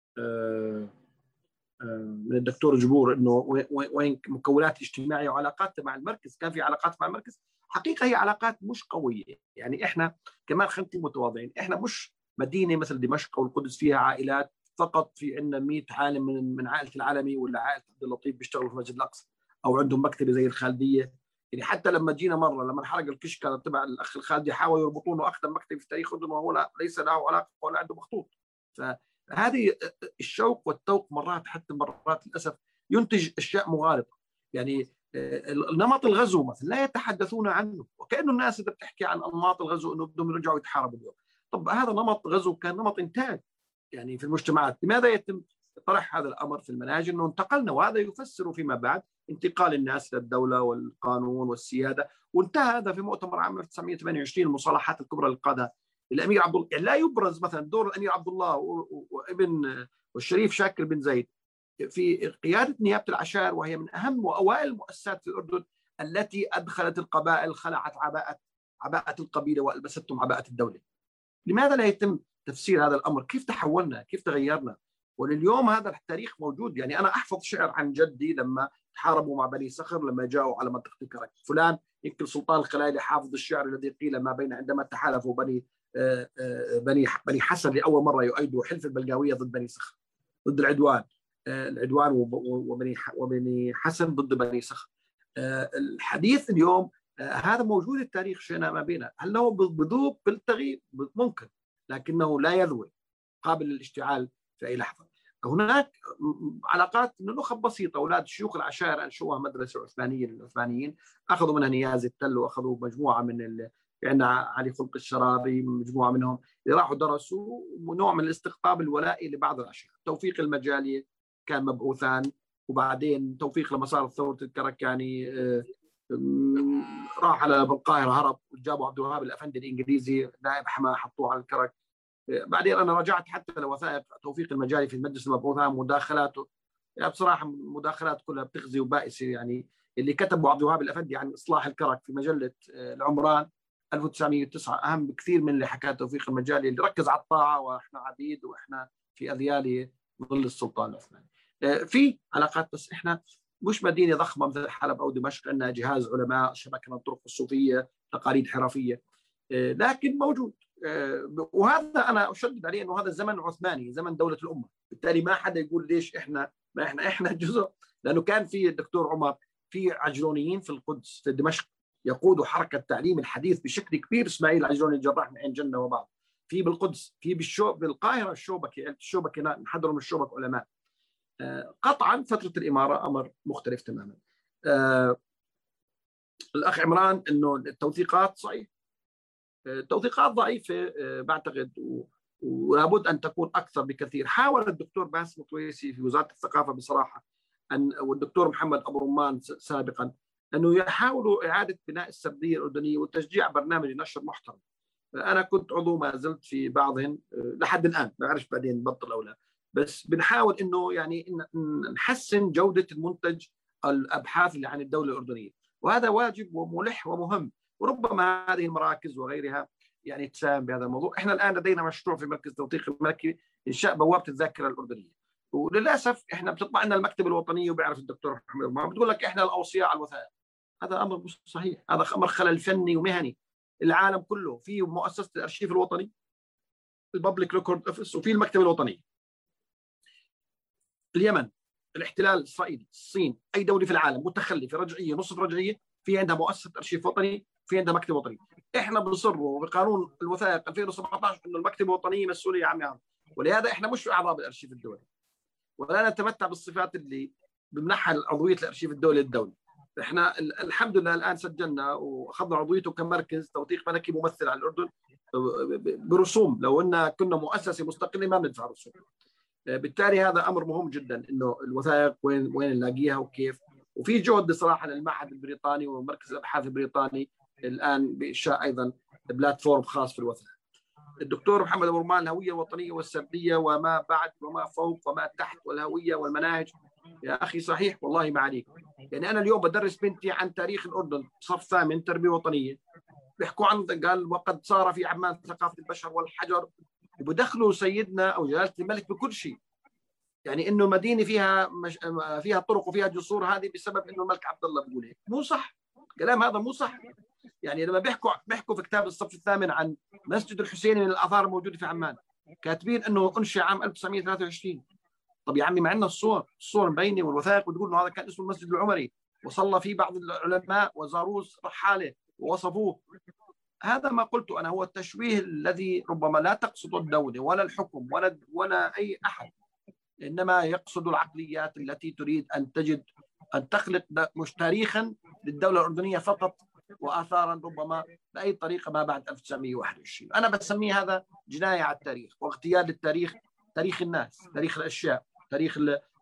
من الدكتور جبور انه وين مكونات اجتماعيه وعلاقاتها مع المركز؟ كان في علاقات مع المركز؟ حقيقه هي علاقات مش قويه. يعني احنا كمان خلينا نكون متواضعين، احنا مش مدينه مثل دمشق او القدس فيها عائلات فقط، في عندنا 100 عالم من عائله العلمي ولا عائله عبد اللطيف بيشتغلوا في المسجد الاقصى او عندهم مكتبه زي الخالديه. يعني حتى لما جينا مره لما انحرق الكشك تبع الاخ الخالدي حاولوا يربطونه اقدم مكتب في تاريخ الاردن وهو ليس له علاقه ولا عنده مخطوط. هذه الشوق والتوق مرات للاسف ينتج اشياء مغالطه. يعني نمط الغزو مثلا لا يتحدثون عنه، وكانه الناس اذا بتحكي عن انماط الغزو انه بدهم يرجعوا يتحاربوا اليوم. طب هذا نمط غزو كان نمط انتاج يعني في المجتمعات. لماذا يتم طرح هذا الامر في المناهج؟ انه انتقلنا، وهذا يفسر فيما بعد انتقال الناس للدوله والقانون والسياده. وانتهى هذا في مؤتمر عام 1928 المصالحات الكبرى اللي قادها الامير عبد الله. يعني لا يبرز مثلا دور الامير عبد الله وابن والشريف شاكر بن زايد في قياده نيابه العشائر، وهي من اهم واوائل المؤسسات في الاردن التي ادخلت القبائل، خلعت عباءه عباءة القبيلة وألبستهم عباءة الدولة. لماذا لا يتم تفسير هذا الأمر؟ كيف تحولنا؟ كيف تغيرنا؟ ولليوم هذا التاريخ موجود. يعني أنا أحفظ شعر عن جدي لما تحاربوا مع بني صخر لما جاءوا على منطقة الكرك. فلان يمكن سلطان الخلايلي حافظ الشعر الذي قيل ما بين عندما تحالفوا بني حسن لأول مرة يؤيدوا حلف البلقاوية ضد بني صخر، ضد العدوان وبني حسن ضد بني صخر. الحديث اليوم هذا موجود، التاريخ شئنا ما بينا. هل هو بذوب بالتغيير؟ ممكن، لكنه لا يذوب، قابل للاشتعال في أي لحظة. هناك علاقات من النخب بسيطة، أولاد شيوخ العشائر أنشوها مدرسة عثمانية للعثمانيين، أخذوا منها نياز التل وأخذوا مجموعة من عندنا علي خلق الشرابي، مجموعة منهم اللي راحوا درسوا نوع من الاستقطاب الولائي لبعض العشائر. توفيق المجالي كان مبعوثان، وبعدين توفيق لما صارت ثورة الكركاني راح على القاهرة، هرب، وجابوا عبد الوهاب الأفندي الإنجليزي نائب حماه حطوه على الكرك. بعدين أنا رجعت حتى لوثائق توفيق المجالي في المجلس المبعوثان، مداخلاته يعني بصراحة مداخلات كلها بتخزي وبائسة. يعني اللي كتبوا عبد الوهاب الأفندي عن إصلاح الكرك في مجلة العمران 1909 أهم بكثير من اللي حكاه توفيق المجالي، اللي ركز على الطاعة وإحنا عبيد وإحنا في أذيال ظل السلطان العثماني. في علاقات، بس إحنا مش مدينة ضخمة مثل حلب أو دمشق عندنا جهاز علماء، شبكة من الطرق الصوفية، تقاليد حرفية، لكن موجود. وهذا أنا أشدد عليه أنه هذا زمن عثماني، زمن دولة الأمة، بالتالي ما حدا يقول ليش إحنا ما إحنا جزء. لأنه كان في الدكتور عمر في عجلونيين في القدس في دمشق يقودوا حركة التعليم الحديث بشكل كبير، إسماعيل عجلوني الجراح من عين جنة وبعض، في بالقدس، في بالقاهرة الشوبكي نحضروا من الشوبك علماء. قطعا فترة الإمارة أمر مختلف تماما. الأخ عمران أنه التوثيقات صحيح، التوثيقات ضعيفة بعتقد، ولابد أن تكون أكثر بكثير. حاول الدكتور باسم طويسي في وزارة الثقافة بصراحة والدكتور محمد أبو رمان سابقا أنه يحاولوا إعادة بناء السردية الأردنية وتشجيع برنامج نشر محترم. أنا كنت عضو ما زلت في بعضهم لحد الآن، ما أعرف بعدين بطل أو لا، بس بنحاول إنه يعني نحسن جودة المنتج الأبحاث اللي عن الدولة الأردنية، وهذا واجب وملح ومهم. وربما هذه المراكز وغيرها يعني تساهم بهذا الموضوع. احنا الآن لدينا مشروع في مركز التوثيق الملكي إنشاء بوابة الذاكرة الأردنية، وللأسف احنا بتطلع لنا المكتب الوطني وبيعرف الدكتور محمد ما بتقول لك احنا الأوصياء على الوثائق. هذا أمر مش صحيح، هذا أمر خلل فني ومهني. العالم كله في مؤسسة الأرشيف الوطني، الببليك ريكورد اوفيس، وفي المكتب الوطني. اليمن، الاحتلال الإسرائيلي، الصين، أي دولة في العالم متخلفة رجعية نصف رجعية في عندها مؤسسة أرشيف وطني، في عندها مكتب وطني. احنا بنصر بقانون الوثائق 2017 انه المكتب الوطني مسؤولية يا عمي، ولهذا احنا مش اعضاء بالارشيف الدولي ولا نتمتع بالصفات اللي بمنحها عضوية الارشيف الدولي للدولة. احنا الحمد لله الان سجلنا واخذنا عضويته كمركز توثيق ملكي ممثل على الاردن برسوم، لو ان كنا مؤسسة مستقلة ما بندفع رسوم. بالتالي هذا امر مهم جدا، انه الوثائق وين نلاقيها وكيف. وفي جهد بصراحة للمعهد البريطاني ومركز الابحاث البريطاني الآن بإنشاء أيضا بلاتفورم خاص في الوثائق. الدكتور محمد أبو رمان، الهوية الوطنية والسردية وما بعد وما فوق وما تحت والهوية والمناهج. يا أخي صحيح والله ما عليك. يعني أنا اليوم بدرس بنتي عن تاريخ الأردن صف ثامن تربية وطنية، بيحكوا عن قال وقد صار في عمان ثقافة البشر والحجر، وبدخلوا سيدنا أو جلالة الملك بكل شيء. يعني إنه مدينة فيها طرق وفيها جسور، هذه بسبب إنه الملك عبد الله بيقول هيك. مو صح، كلام هذا مو صح. يعني لما بيحكوا في كتاب الصف الثامن عن مسجد الحسيني من الآثار الموجودة في عمان، كاتبين أنه أنشئ عام 1923. طب يا عمي ما عندنا الصور مبينة والوثائق بتقول أنه هذا كان اسمه المسجد العمري، وصلى فيه بعض العلماء وزاروس رحالة ووصفوه. هذا ما قلته أنا، هو التشويه الذي ربما لا تقصده الدولة ولا الحكم ولا أي أحد، إنما يقصد العقليات التي تريد أن تخلق مش تاريخا للدولة الأردنية فقط وآثارا ربما بأي طريقة ما بعد 1921. أنا بسميه هذا جناية على التاريخ واغتيال للتاريخ، تاريخ الناس، تاريخ الأشياء، تاريخ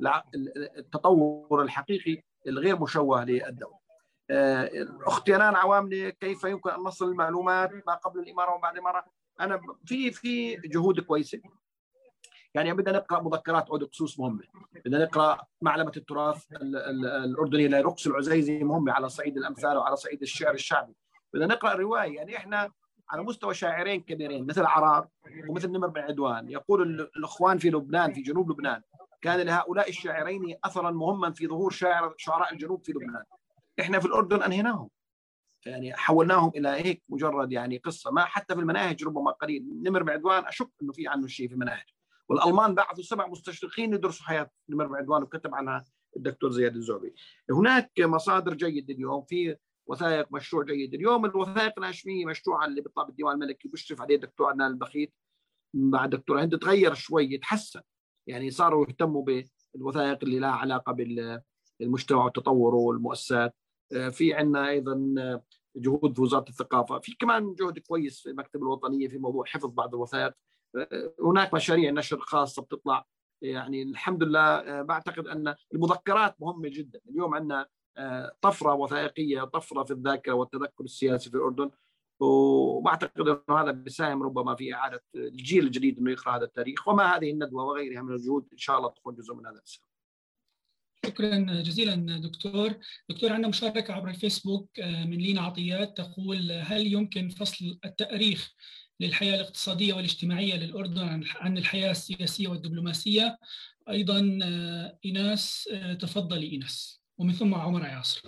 التطور الحقيقي الغير مشوه للدولة. أختي أنان عواملي، كيف يمكن أن نصل المعلومات ما قبل الإمارة وبعد الإمارة؟ أنا في جهود كويسة. يعني بدنا نقرأ مذكرات عود قسوس مهمة، بدنا نقرأ معلمة التراث الأردني لرقص العزيزي مهمة على صعيد الأمثال وعلى صعيد الشعر الشعبي، بدنا نقرأ رواية. يعني إحنا على مستوى شاعرين كبيرين مثل عرار ومثل نمر بن عدوان، يقول الإخوان في لبنان في جنوب لبنان كان لهؤلاء الشاعرين أثرا مهما في ظهور شعراء الجنوب في لبنان. إحنا في الأردن أنهيناهم، يعني حولناهم إلى هيك مجرد يعني قصة، ما حتى في المناهج ربما قليل. نمر بن عدوان أشك أنه في عنه شيء في المناهج، والألمان بعثوا 7 مستشرقين يدرسوا حياة نمر بن عدوان وكتب عنها الدكتور زياد الزعبي. هناك مصادر جيدة اليوم، في وثائق مشروع جيد اليوم. الوثائق الهاشمية مشروعة اللي بيطلع بالديوان الملكي بيشرف عليه الدكتور عدنان البخيت مع الدكتور هند، تغير شوي، يتحسن، يعني صاروا يهتموا بالوثائق اللي لها علاقة بالمجتمع وتطوره والمؤسسات. في عندنا أيضا جهود في وزارة الثقافة، في كمان جهد كويس في المكتبة الوطنية في موضوع حفظ بعض الوثائق. هناك مشاريع نشر خاصة بتطلع، يعني الحمد لله. بعتقد أن المذكرات مهمة جدا. اليوم عندنا طفرة وثائقية، طفرة في الذاكرة والتذكر السياسي في الأردن، وبعتقد أنه هذا بيساهم ربما في إعادة الجيل الجديد أنه يقرأ هذا التاريخ، وما هذه الندوة وغيرها من الجهود إن شاء الله تكون جزء من هذا السبب. شكرا جزيلا دكتور عندنا مشاركة عبر الفيسبوك من لينا عطيات تقول: هل يمكن فصل التاريخ للحياة الاقتصادية والاجتماعية للأردن عن الحياة السياسية والدبلوماسية؟ أيضا إيناس، تفضلي إيناس، ومن ثم عمر عياصر.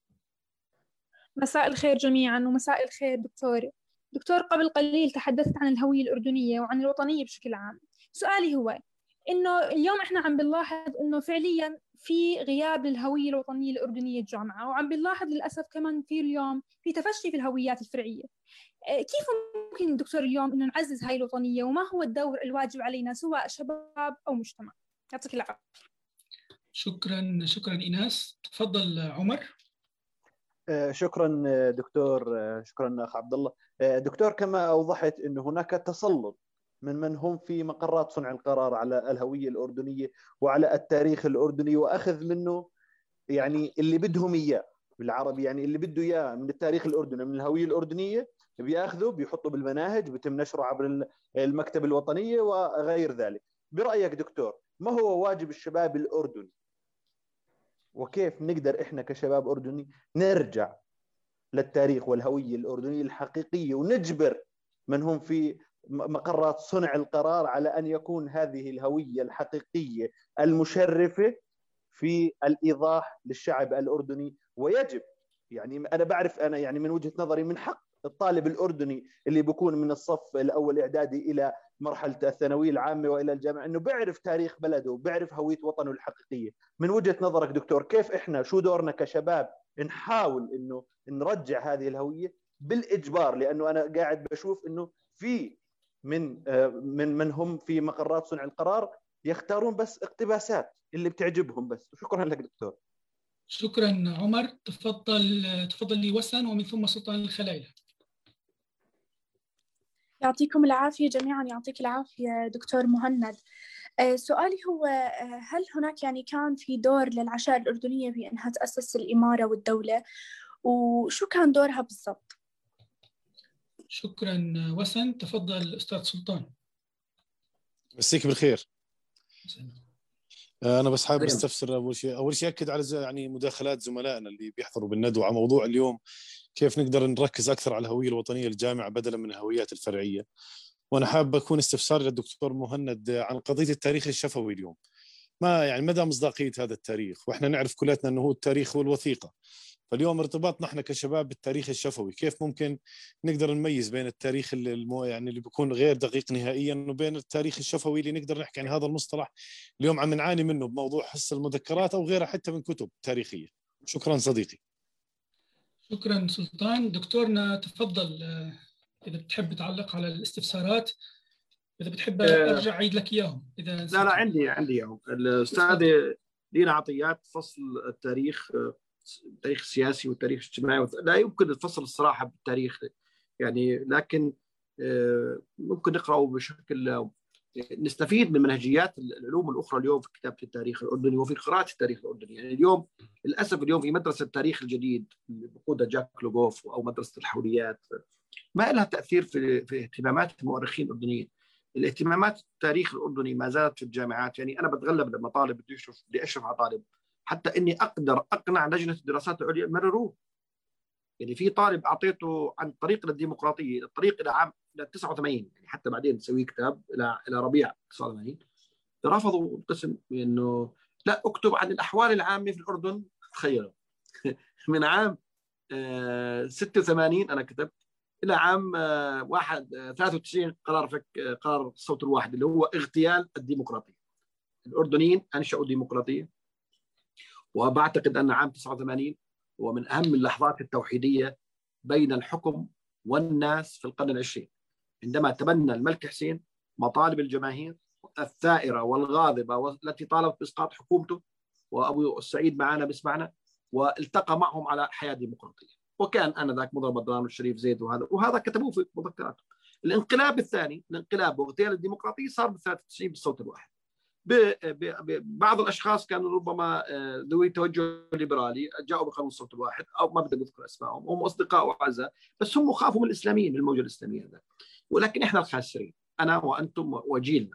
مساء الخير جميعا، ومساء الخير دكتور. قبل قليل تحدثت عن الهوية الأردنية وعن الوطنية بشكل عام. سؤالي هو إنه اليوم إحنا عم بنلاحظ إنه فعليا في غياب للهوية الوطنية الأردنية الجامعة، وعم بنلاحظ للأسف كمان في اليوم في تفشي في الهويات الفرعية. كيف ممكن دكتور اليوم إنه نعزز هاي الوطنية، وما هو الدور الواجب علينا سواء شباب أو مجتمع؟ يعطيك العافية. شكرا إيناس. تفضل عمر. شكرا دكتور، شكرا أخ عبد الله. دكتور، كما أوضحت أن هناك تسلط من هم في مقرات صنع القرار على الهوية الأردنية وعلى التاريخ الأردني، وأخذ منه يعني اللي بدهم إياه بالعربي، يعني اللي بده إياه من التاريخ الأردني من الهوية الأردنية بياخذه بيحطه بالمناهج، بيتم نشره عبر المكتبة الوطنية وغير ذلك. برأيك دكتور، ما هو واجب الشباب الأردني، وكيف نقدر إحنا كشباب أردني نرجع للتاريخ والهوية الأردنية الحقيقية ونجبر من هم في مقرات صنع القرار على أن يكون هذه الهوية الحقيقية المشرفة في الإيضاح للشعب الأردني؟ ويجب، يعني أنا بعرف، أنا يعني من وجهة نظري من حق الطالب الأردني اللي بيكون من الصف الأول إعدادي إلى مرحلة الثانوية العامة وإلى الجامعة أنه بيعرف تاريخ بلده وبيعرف هوية وطنه الحقيقية. من وجهة نظرك دكتور، كيف إحنا، شو دورنا كشباب نحاول أنه نرجع هذه الهوية بالإجبار؟ لأنه أنا قاعد بشوف أنه في من هم في مقرات صنع القرار يختارون بس اقتباسات اللي بتعجبهم بس. شكرا لك دكتور. شكرا عمر. تفضل وسن، ومن ثم سلطان الخلايلة. يعطيكم العافية جميعا. يعطيك العافية دكتور مهند. سؤالي هو هل هناك يعني كان في دور للعشائر الأردنية في أنها تأسس الإمارة والدولة، وشو كان دورها بالضبط؟ شكرا وسن. تفضل أستاذ سلطان. مسيك بالخير. أنا بس حابب استفسر أول شيء أكد على يعني مداخلات زملائنا اللي بيحضروا بالندوة على موضوع اليوم، كيف نقدر نركز أكثر على الهوية الوطنية للجامعة بدلا من الهويات الفرعية. وأنا حابب أكون استفساري للدكتور مهند عن قضية التاريخ الشفوي اليوم. ما يعني مدى مصداقية هذا التاريخ؟ وإحنا نعرف كلاتنا أنه هو التاريخ هو الوثيقة. فاليوم ارتباطنا احنا كشباب بالتاريخ الشفوي، كيف ممكن نقدر نميز بين التاريخ يعني اللي بيكون غير دقيق نهائيا وبين التاريخ الشفوي اللي نقدر نحكي عن هذا المصطلح اليوم عم نعاني منه بموضوع حس المذكرات او غيرها حتى من كتب تاريخية. شكرا صديقي. شكرا سلطان. دكتورنا تفضل، اذا بتحب تعلق على الاستفسارات، اذا بتحب ارجع اعيد لك اياهم اذا لا عندي اياهم. الاستاذه لينا عطيات فصل التاريخ السياسي والتاريخ الاجتماعي لا يمكن الفصل الصراحه بالتاريخ يعني، لكن ممكن نقراه بشكل نستفيد من منهجيات العلوم الاخرى اليوم في كتابه التاريخ الاردني وفي قراءه التاريخ الاردني. يعني اليوم للاسف اليوم في مدرسه التاريخ الجديد اللي بقودها جاك لوغوف او مدرسه الحوريات ما لها تاثير في اهتمامات المؤرخين الاردنيين. الاهتمامات التاريخ الاردني ما زالت في الجامعات. يعني انا بتغلب لما طالب بدي اشرف على طالب حتى اني اقدر اقنع لجنه الدراسات العليا مرروه. يعني في طالب اعطيته عن طريق الديمقراطيه الطريق الى عام 89، يعني حتى بعدين نسوي كتاب الى ربيع 89، رفضوا القسم انه لا اكتب عن الاحوال العامه في الاردن. تخيلوا من عام 86 انا كتبت الى عام 93 قرار الصوت الواحد اللي هو اغتيال الديمقراطيه. الاردنيين انشأوا ديمقراطيه، وبعتقد ان عام 89 هو من اهم اللحظات التوحيديه بين الحكم والناس في القرن العشرين، عندما تبنى الملك حسين مطالب الجماهير الثائره والغاضبه التي طالبت باسقاط حكومته، وابو السعيد معنا بسمعنا، والتقى معهم على حياه ديمقراطيه. وكان انذاك مضرب الضرام الشريف زيد وهذا كتبوه في مذكراتهم. الانقلاب الثاني، الانقلاب واغتيال الديمقراطيه، صار ب 93 بالصوت الواحد. بعض الاشخاص كانوا ربما ذوي توجه ليبرالي جاءوا بقانون الصوت الواحد، او ما بدي اذكر اسمائهم، هم اصدقاء واعزاء، بس هم خافوا من الاسلاميين، من الموجه الاسلاميه هذا. ولكن احنا الخاسرين، انا وانتم وجيلنا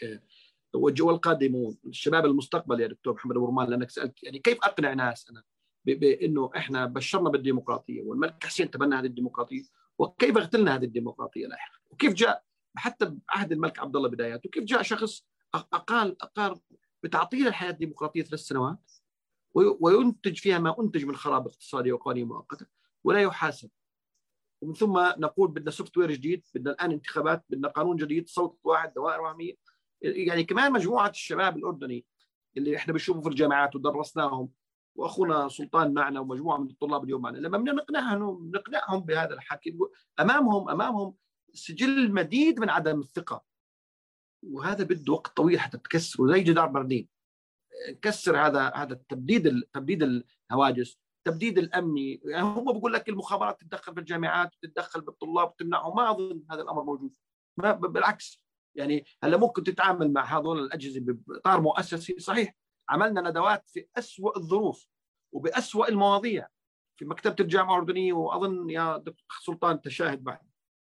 والقادمون، الشباب المستقبل يا دكتور محمد ابو رمان، لانك سالت يعني كيف اقنع ناس انا بانه احنا بشرنا بالديمقراطيه والملك حسين تبنى هذه الديمقراطيه، وكيف اغتلنا هذه الديمقراطيه لاحقا، وكيف جاء حتى بعهد الملك عبد الله بداياته كيف جاء شخص اقال بتعطيل الحياه الديمقراطيه 3 سنوات وينتج فيها ما انتج من خراب اقتصادي وقوانين مؤقته ولا يحاسب. ومن ثم نقول بدنا سوفت وير جديد، بدنا الان انتخابات، بدنا قانون جديد، صوت واحد، دوائر وهميه. يعني كمان مجموعه الشباب الاردني اللي احنا بنشوفه في الجامعات ودرسناهم، واخونا سلطان معنا ومجموعه من الطلاب اليوم معنا، لما بدنا نقنعهم بهذا الحكي، امامهم سجل مديد من عدم الثقه، وهذا بده وقت طويل حتى تكسره، زي جدار برلين. كسر هذا تبديد الهواجس، تبديد الامني. يعني هم بقول لك المخابرات تتدخل في الجامعات، تتدخل بالطلاب وتمنعهم، ما اظن هذا الامر موجود، ما بالعكس. يعني هلا ممكن تتعامل مع هذول الاجهزه باطار مؤسسي صحيح. عملنا ندوات في اسوأ الظروف وباسوأ المواضيع في مكتبه الجامعه الاردنيه، واظن يا دكتور سلطان تشاهد بعد،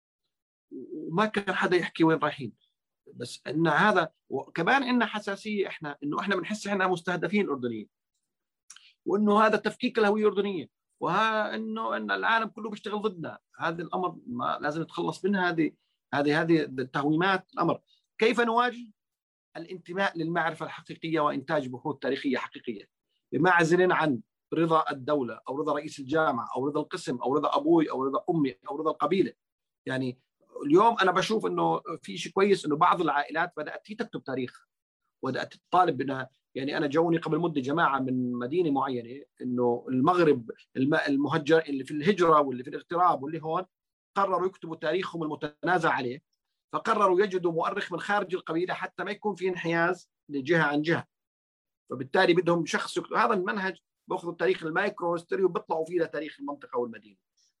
وما كان حدا يحكي وين رايحين. بس ان هذا وكمان عندنا حساسيه احنا، انه احنا بنحس احنا مستهدفين الاردنيين، وانه هذا تفكيك الهويه الاردنيه، انه ان العالم كله بيشتغل ضدنا. هذا الامر ما لازم نتخلص منها. هذه التهويمات. الامر كيف نواجه الانتماء للمعرفه الحقيقيه وانتاج بحوث تاريخيه حقيقيه بمعزل عن رضا الدوله او رضا رئيس الجامعه او رضا القسم او رضا ابوي او رضا امي او رضا القبيله. يعني اليوم انا بشوف انه في شيء كويس، انه بعض العائلات بدات تكتب تاريخ وبدات تطالب بانها، يعني انا جوني قبل مده جماعه من مدينه معينه، انه المغرب المهجر اللي في الهجره واللي في الاغتراب واللي هون قرروا يكتبوا تاريخهم المتنازع عليه، فقرروا يجدوا مؤرخ من خارج القبيله حتى ما يكون في انحياز لجهه عن جهه. فبالتالي بدهم شخص يكتب هذا المنهج، باخذوا التاريخ المايكرو هيستوري وبيطلعوا فيه لتاريخ المنطقه والمدينه.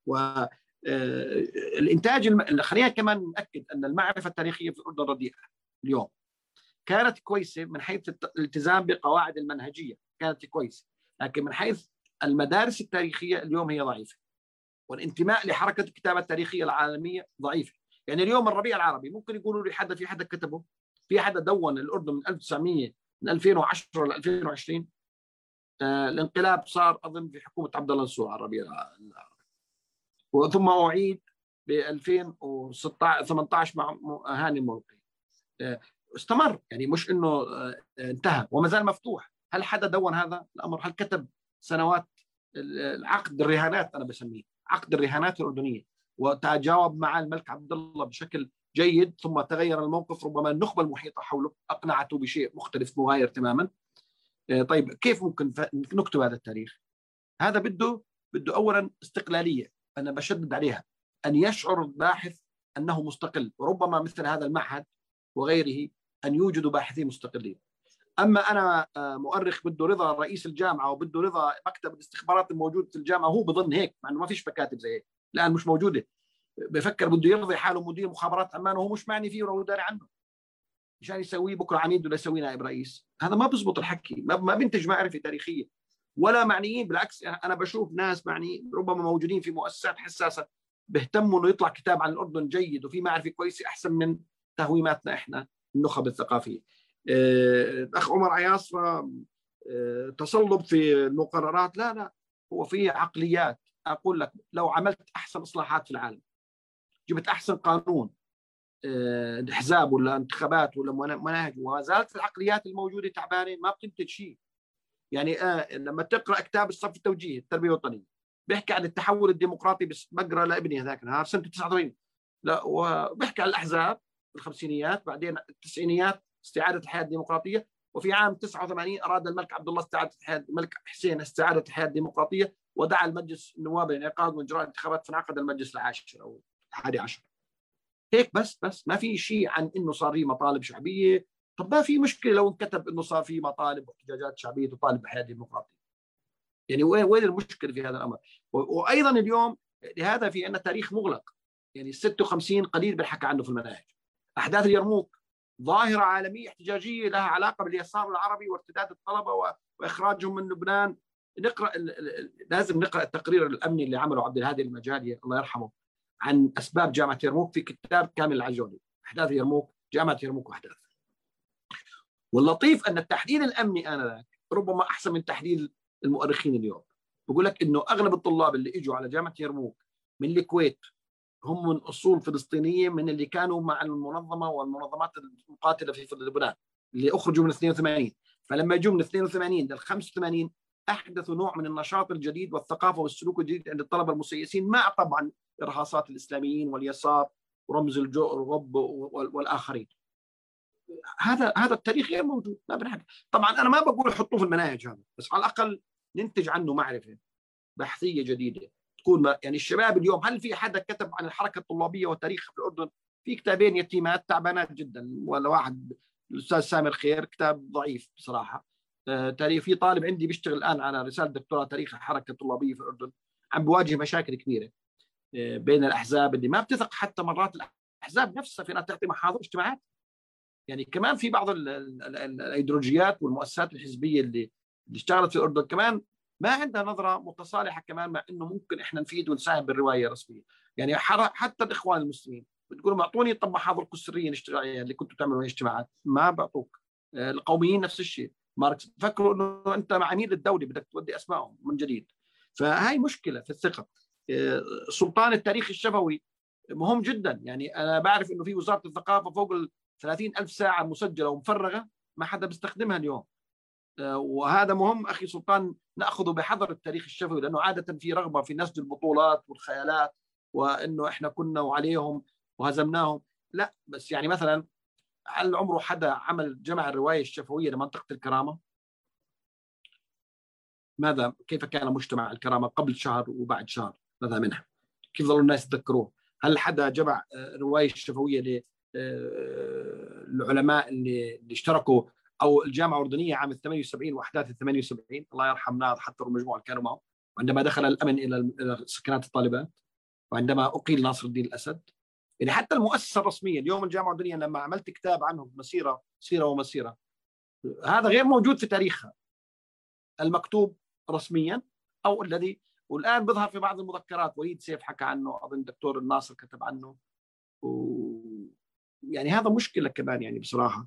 الانتاج خلينا كمان ناكد ان المعرفه التاريخيه في الاردن رديئه اليوم. كانت كويسه من حيث الالتزام بقواعد المنهجيه، كانت كويسه، لكن من حيث المدارس التاريخيه اليوم هي ضعيفه، والانتماء لحركه الكتابه التاريخيه العالميه ضعيفه. يعني اليوم الربيع العربي ممكن يقولوا لي في حدا كتبه، في حدا دون الاردن من 1900 من 2010 ل 2020. الانقلاب صار اظن في حكومه عبد الله النصور على الربيع العربي، وثم اعيد ب 2018 مع هاني الملقي. استمر، يعني مش انه انتهى وما زال مفتوح. هل حدا دون هذا الامر؟ هل كتب سنوات عقد الرهانات؟ انا بسميه عقد الرهانات الاردنيه، وتجاوب مع الملك عبد الله بشكل جيد، ثم تغير الموقف. ربما النخبه المحيطه حوله اقنعته بشيء مختلف مغاير تماما. طيب كيف ممكن نكتب هذا التاريخ؟ هذا بده اولا استقلاليه، انا بشدد عليها، ان يشعر الباحث انه مستقل، وربما مثل هذا المعهد وغيره ان يوجدوا باحثين مستقلين. اما انا مؤرخ بده رضا رئيس الجامعه وبده رضا مكتب الاستخبارات الموجود في الجامعه، هو بظن هيك مع انه ما فيش مكاتب زي هيك الان مش موجوده، بفكر بده يرضي حاله مدير مخابرات عمان وهو مش معني فيه ولا هو داري عنه، مشان يسويه بكره عميد ولا يسويه نائب رئيس. هذا ما بزبط الحكي، ما بينتج معرفه تاريخيه ولا معنيين. بالعكس انا بشوف ناس معني ربما موجودين في مؤسسات حساسه بيهتموا انه يطلع كتاب عن الاردن جيد وفي معرفه كويسه احسن من تهويماتنا احنا النخب الثقافيه. الاخ عمر عياص تصلب في المقررات، لا هو في عقليات اقول لك لو عملت احسن اصلاحات في العالم، جبت احسن قانون احزاب ولا انتخابات ولا مناهج، وما زالت العقليات الموجوده تعبانه، ما بتنتج شيء. يعني لما تقرا كتاب الصف التوجيهي التربيه الوطنيه بيحكي عن التحول الديمقراطي، بس بقرا لابني هذاك النهار سنه 89، لا وبيحكي عن الاحزاب الخمسينيات، بعدين التسعينيات استعاده الحياه الديمقراطيه، وفي عام 89 اراد الملك عبد الله استعاده الحياه، الملك حسين استعاده الحياه الديمقراطيه، ودعا المجلس النواب للانعقاد واجراء انتخابات، فانعقد المجلس العاشر او الحادي عشر. هيك بس ما في شيء عن انه صار في مطالب شعبيه. طب ما في مشكله لو انكتب انه صار في مطالب واحتجاجات شعبيه تطالب بحياه ديمقراطيه. يعني وين المشكله في هذا الامر؟ وايضا اليوم لهذا في عندنا تاريخ مغلق، يعني 56 قليل بنحكى عنه في المناهج. احداث اليرموك ظاهره عالميه احتجاجيه لها علاقه باليسار العربي وارتداد الطلبه واخراجهم من لبنان. لازم نقرا التقرير الامني اللي عمله عبد الهادي المجالي الله يرحمه عن اسباب جامعه يرموك في كتاب كامل العجولي، احداث يرموك، جامعه يرموك واحداث. واللطيف ان التحليل الامني انذاك ربما احسن من تحليل المؤرخين اليوم. بقول لك انه اغلب الطلاب اللي اجوا على جامعه يرموك من الكويت هم من اصول فلسطينيه، من اللي كانوا مع المنظمه والمنظمات المقاتله في لبنان اللي اخرجوا من 82. فلما اجوا من 82 لل 85 احدثوا نوع من النشاط الجديد والثقافه والسلوك الجديد عند الطلبه المسيسين، مع طبعا ارهاصات الاسلاميين واليسار ورمز الرب والاخرين. هذا التاريخ غير موجود، ما بنحكي. طبعا انا ما بقول حطوه في المناهج هذا، بس على الاقل ننتج عنه معرفه بحثيه جديده تكون يعني الشباب اليوم. هل في حدا كتب عن الحركه الطلابيه وتاريخها في الاردن؟ في كتابين يتيمات تعبانات جدا، ولا واحد الاستاذ سامر خير كتاب ضعيف بصراحه. تاريخ، في طالب عندي بيشتغل الان على رساله دكتوراه تاريخ الحركه الطلابيه في الاردن، عم بواجه مشاكل كبيره بين الاحزاب اللي ما بتثق حتى مرات الاحزاب نفسها في انها تعطي محاضر اجتماعات. يعني كمان في بعض الايديولوجيات والمؤسسات الحزبيه اللي اشتغلت في الاردن كمان ما عندها نظره متصالحه كمان مع انه ممكن احنا نفيد ونساهم بالروايه الرسميه. يعني حتى الاخوان المسلمين بتقولوا اعطوني طب محاضركم السريه نشتغل عليها اللي كنتوا تعملوا اجتماعات، ما بعطوك. القوميين نفس الشيء، ماركس فكروا انه انت مع عميل الدوله بدك تودي اسمائهم من جديد. فهاي مشكله في الثقه. سلطان التاريخ الشفوي مهم جدا. يعني انا بعرف انه في وزاره الثقافه فوق 30,000 ساعه مسجله ومفرغه ما حدا بيستخدمها اليوم. وهذا مهم اخي سلطان ناخذه بحذر التاريخ الشفوي، لانه عاده في رغبه في نسج البطولات والخيالات، وانه احنا كنا وعليهم وهزمناهم. لا بس يعني مثلا هل عمره حدا عمل جمع الروايه الشفويه لمنطقه الكرامه؟ كيف كان مجتمع الكرامه قبل شهر وبعد شهر؟ ماذا منها؟ كيف ظلوا الناس يتذكروه؟ هل حدا جمع الروايه الشفويه للعلماء اللي اشتركوا او الجامعه الاردنيه عام 78 واحداث 78 الله يرحم ناظر حتى المجموعه اللي كانوا معه، وعندما دخل الامن الى سكنات الطالبات، وعندما اقيل ناصر الدين الاسد. يعني حتى المؤسسه الرسميه اليوم الجامعه الاردنيه لما عملت كتاب عنهم سيره ومسيره، هذا غير موجود في تاريخها المكتوب رسميا او الذي والان بيظهر في بعض المذكرات. وليد سيف حكى عنه، اظن الدكتور الناصر كتب عنه. يعني هذا مشكله كمان يعني بصراحه.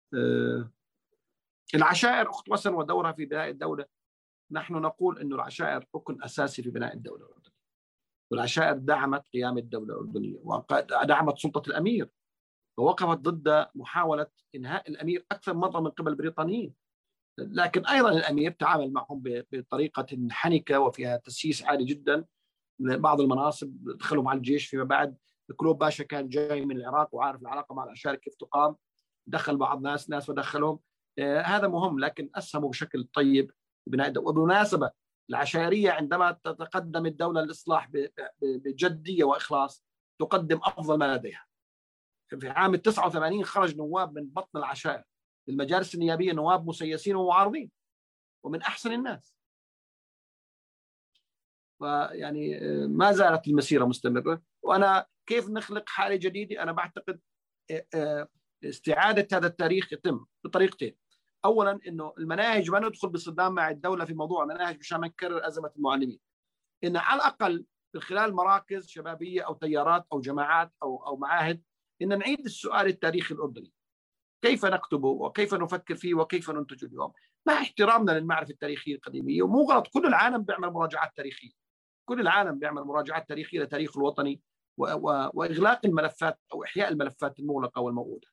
العشائر اخت وسن ودورها في بناء الدوله. نحن نقول انه العشائر ركن اساسي في بناء الدوله الاردنيه، والعشائر دعمت قيام الدوله الاردنيه ودعمت سلطه الامير، ووقفت ضد محاوله انهاء الامير اكثر مره من قبل البريطانيين. لكن ايضا الامير تعامل معهم بطريقه حنكه وفيها تسييس عالي جدا. بعض المناصب دخلوا على الجيش فيما بعد. كلوب باشا كان جاي من العراق وعارف العلاقه مع العشائر كيف تقام، دخل بعض ناس ودخلهم. هذا مهم، لكن اسهموا بشكل طيب ببناء الدوله. وبالمناسبه العشائريه عندما تتقدم الدوله الاصلاح بجديه واخلاص تقدم افضل ما لديها. في عام 89 خرج نواب من بطن العشائر المجالس النيابيه، نواب مسيسين ومعارضين ومن احسن الناس. فيعني ما زالت المسيره مستمره. وانا كيف نخلق حاله جديده؟ انا بعتقد استعاده هذا التاريخ يتم بطريقتين. اولا انه المناهج ما ندخل بصدام مع الدوله في موضوع المناهج مشان ما نكرر ازمه المعلمين. ان على الاقل من خلال مراكز شبابيه او تيارات او جماعات او معاهد ان نعيد السؤال التاريخي الاردني. كيف نكتبه وكيف نفكر فيه وكيف ننتجه اليوم، مع احترامنا للمعرفه التاريخيه القديميه. ومو غلط، كل العالم بيعمل مراجعات تاريخيه، كل العالم بيعمل مراجعات تاريخيه لتاريخ الوطني واغلاق الملفات او احياء الملفات المغلقه والموعوده.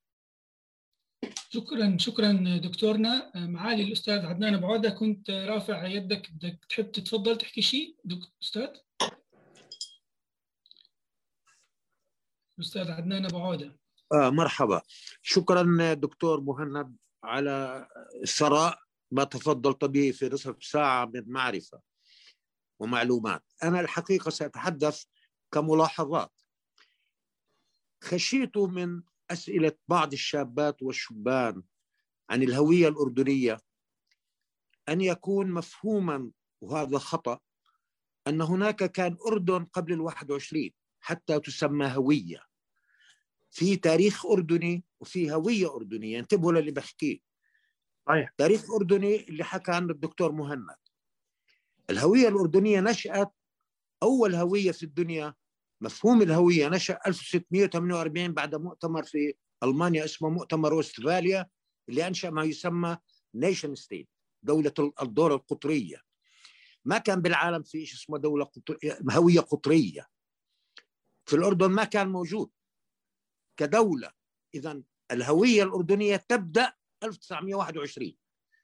شكرا دكتورنا. معالي الاستاذ عدنان ابو عوده، كنت رافع يدك، بدك تحب تتفضل تحكي شيء استاذ؟ الاستاذ عدنان ابو عوده. مرحبا، شكرا دكتور مهند على ثراء ما تفضلت به في نصف ساعة من معرفة ومعلومات. أنا الحقيقة سأتحدث كملاحظات. خشيت من أسئلة بعض الشابات والشبان عن الهوية الأردنية أن يكون مفهوما، وهذا خطأ، أن هناك كان أردن قبل 21 حتى تسمى هوية. في تاريخ أردني وفي هوية أردنية، انتبهوا للي بحكيه. صحيح. تاريخ أردني اللي حكى عنه الدكتور مهند. الهوية الأردنية نشأت، أول هوية في الدنيا، مفهوم الهوية نشأ 1648 بعد مؤتمر في ألمانيا اسمه مؤتمر وستفاليا، اللي أنشأ ما يسمى نيشن ستيت، الدولة القطرية. ما كان بالعالم في شيء اسمه دولة هوية قطرية. في الأردن ما كان موجود كدولة. إذن الهوية الأردنية تبدأ 1921.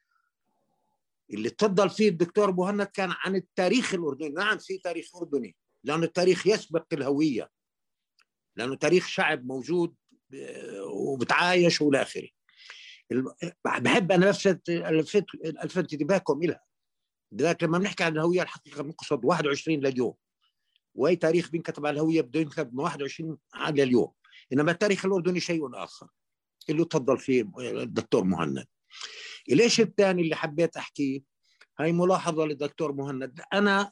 اللي تفضل فيه الدكتور مهند كان عن التاريخ الأردني. نعم في تاريخ أردني، لأنه التاريخ يسبق الهوية، لأنه تاريخ شعب موجود وبتعايش والى آخره. بحب أنا ألفت انتباهكم إلها. لذلك لما بنحكي عن الهوية الحقيقة بنقصد 21 لليوم، وأي تاريخ بينكتب على الهوية بده ينكتب من 21 على اليوم. إنما التاريخ الأردني شيء آخر اللي تفضل فيه الدكتور مهند. ليش الثاني اللي حبيت أحكيه، هاي ملاحظة للدكتور مهند. أنا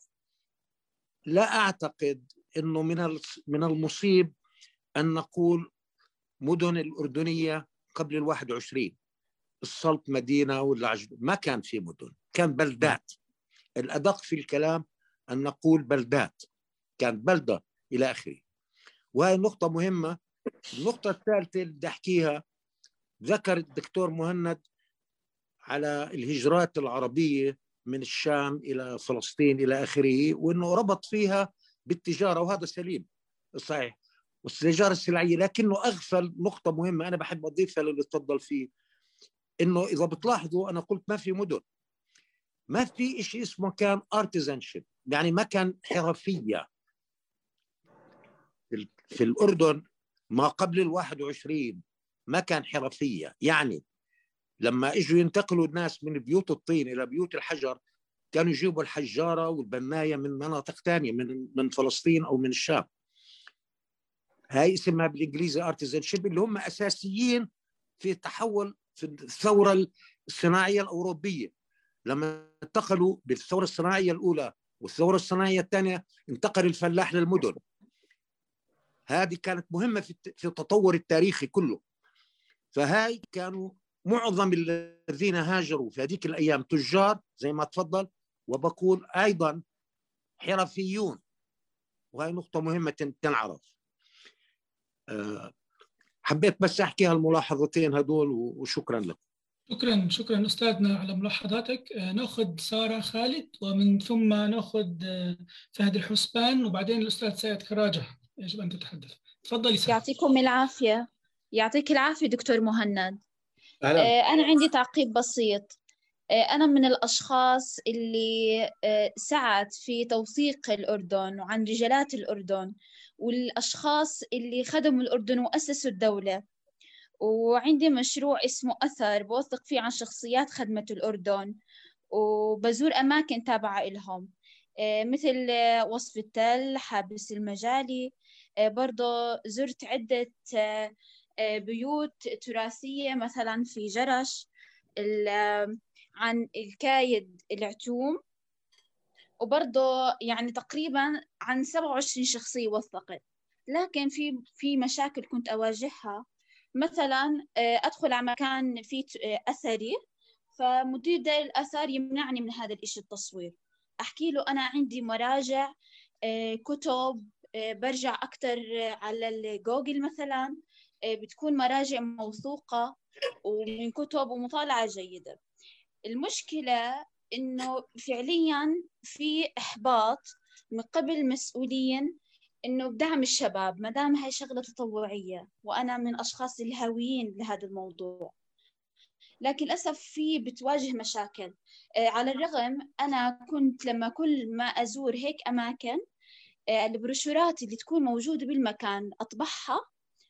لا أعتقد أنه من المصيب أن نقول مدن الأردنية قبل 21. السلط مدينة ولا عجب، ما كان في مدن، كان بلدات. الأدق في الكلام أن نقول بلدات، كان بلدة إلى آخره. وهي نقطة مهمة. النقطة الثالثة اللي بدي أحكيها، ذكر الدكتور مهند على الهجرات العربية من الشام إلى فلسطين إلى آخره، وأنه ربط فيها بالتجارة، وهذا سليم صحيح، والتجارة السلعية. لكنه أغفل نقطة مهمة أنا بحب أضيفها للي تفضل فيه، إنه إذا بتلاحظوا أنا قلت ما في مدن، ما في شيء اسمه كان artisanship، يعني ما كان حرفية. في الأردن ما قبل 21 ما كان حرفية. يعني لما اجوا ينتقلوا الناس من بيوت الطين الى بيوت الحجر، كانوا يجيبوا الحجاره والبنايه من مناطق ثانيه، من فلسطين او من الشام. هاي اسمها بالانجليزي ارتيزانشيب، اللي هم اساسيين في التحول في الثوره الصناعيه الاوروبيه. لما انتقلوا بالثوره الصناعيه الاولى والثوره الصناعيه الثانيه، انتقل الفلاح للمدن. هذه كانت مهمه في التطور التاريخي كله. فهاي كانوا معظم الذين هاجروا في هذيك الأيام تجار زي ما تفضل، وبقول أيضا حرفيون. وهي نقطة مهمة تنعرف. حبيت بس أحكي هالملاحظتين هدول، وشكرا لكم. شكرا أستاذنا على ملاحظاتك. نأخذ سارة خالد، ومن ثم نأخذ فهد الحسبان، وبعدين الأستاذ سيد كراجة يجب أن تتحدث. تفضلي سارة. يعطيكم العافية. يعطيك العافية دكتور مهند. أهلا. أنا عندي تعقيب بسيط. أنا من الأشخاص اللي سعت في توثيق الأردن وعن رجالات الأردن، والأشخاص اللي خدموا الأردن وأسسوا الدولة. وعندي مشروع اسمه أثر بوثق فيه عن شخصيات خدمت الأردن، وبزور أماكن تابعة لهم مثل وصف التل، حابس المجالي. برضو زرت عدة بيوت تراثية مثلا في جرش عن الكايد العتوم، وبرضه يعني تقريبا عن 27 شخصية وثقت. لكن في مشاكل كنت أواجهها. مثلا أدخل على مكان فيه أثري، فمدير دار الآثار يمنعني من هذا الإشي التصوير. أحكي له أنا عندي مراجع كتب، برجع أكتر على الجوجل مثلا، بتكون مراجع موثوقة ومن كتب ومطالعة جيدة. المشكلة إنه فعليا في إحباط من قبل مسؤولين إنه بدعم الشباب، ما دام هاي شغلة تطوعية، وأنا من الأشخاص الهاويين لهذا الموضوع. لكن للأسف في بتواجه مشاكل. على الرغم أنا كنت لما كل ما أزور هيك أماكن، البروشورات اللي تكون موجودة بالمكان أطبعها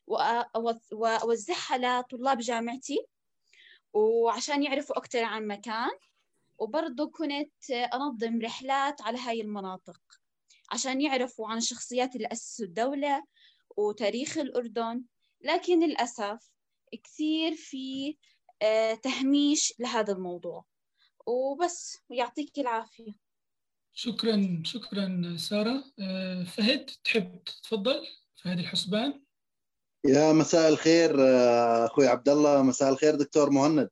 وأوزعها لطلاب جامعتي وعشان يعرفوا أكثر عن المكان، وبرضه كنت أنظم رحلات على هاي المناطق عشان يعرفوا عن الشخصيات اللي أسسوا الدولة وتاريخ الأردن. لكن للأسف كثير في تهميش لهذا الموضوع. وبس، ويعطيك العافية. شكرا سارة. فهد تحب تتفضل؟ فهد الحسبان. يا مساء الخير أخوي عبد الله، مساء الخير دكتور مهند.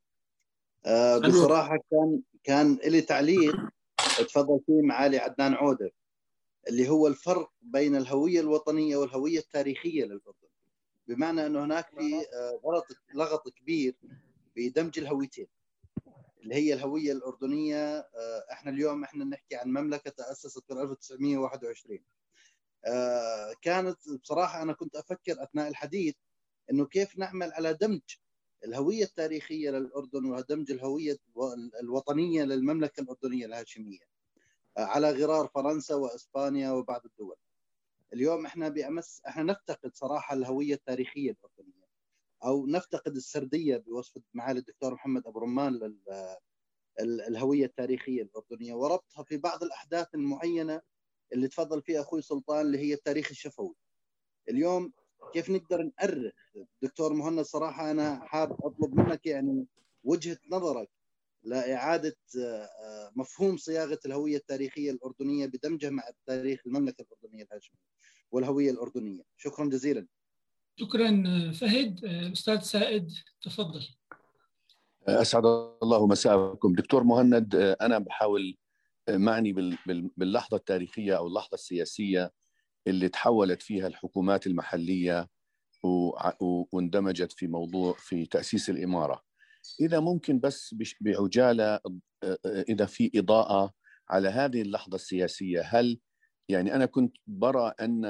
بصراحة كان لي تعليق تفضل فيه معالي عدنان عودة، اللي هو الفرق بين الهوية الوطنية والهوية التاريخية للأردن، بمعنى أنه هناك في لغط كبير بدمج الهويتين، اللي هي الهوية الأردنية. احنا اليوم نحكي عن مملكة تأسست في 1921. كانت بصراحة أنا كنت أفكر أثناء الحديث أنه كيف نعمل على دمج الهوية التاريخية للأردن ودمج الهوية الوطنية للمملكة الأردنية الهاشمية على غرار فرنسا وإسبانيا وبعض الدول. اليوم احنا نفتقد صراحة الهوية التاريخية الأردنية، أو نفتقد السردية بوصف معالي الدكتور محمد أبو رمان للهوية التاريخية الأردنية، وربطها في بعض الأحداث المعينة اللي تفضل فيها أخوي سلطان، اللي هي التاريخ الشفوي. اليوم كيف نقدر نأرخ؟ دكتور مهند صراحة أنا حاب أطلب منك يعني وجهة نظرك لإعادة مفهوم صياغة الهوية التاريخية الأردنية بدمجها مع تاريخ المملكة الأردنية الهاشمية والهوية الأردنية. شكرا جزيلا. شكرا فهد. أستاذ سائد تفضل. أسعد الله مساءكم. دكتور مهند، أنا بحاول معني باللحظة التاريخية أو اللحظة السياسية اللي تحولت فيها الحكومات المحلية واندمجت في تأسيس الإمارة. إذا ممكن بس بعجالة، إذا في إضاءة على هذه اللحظة السياسية، هل يعني أنا كنت برى أن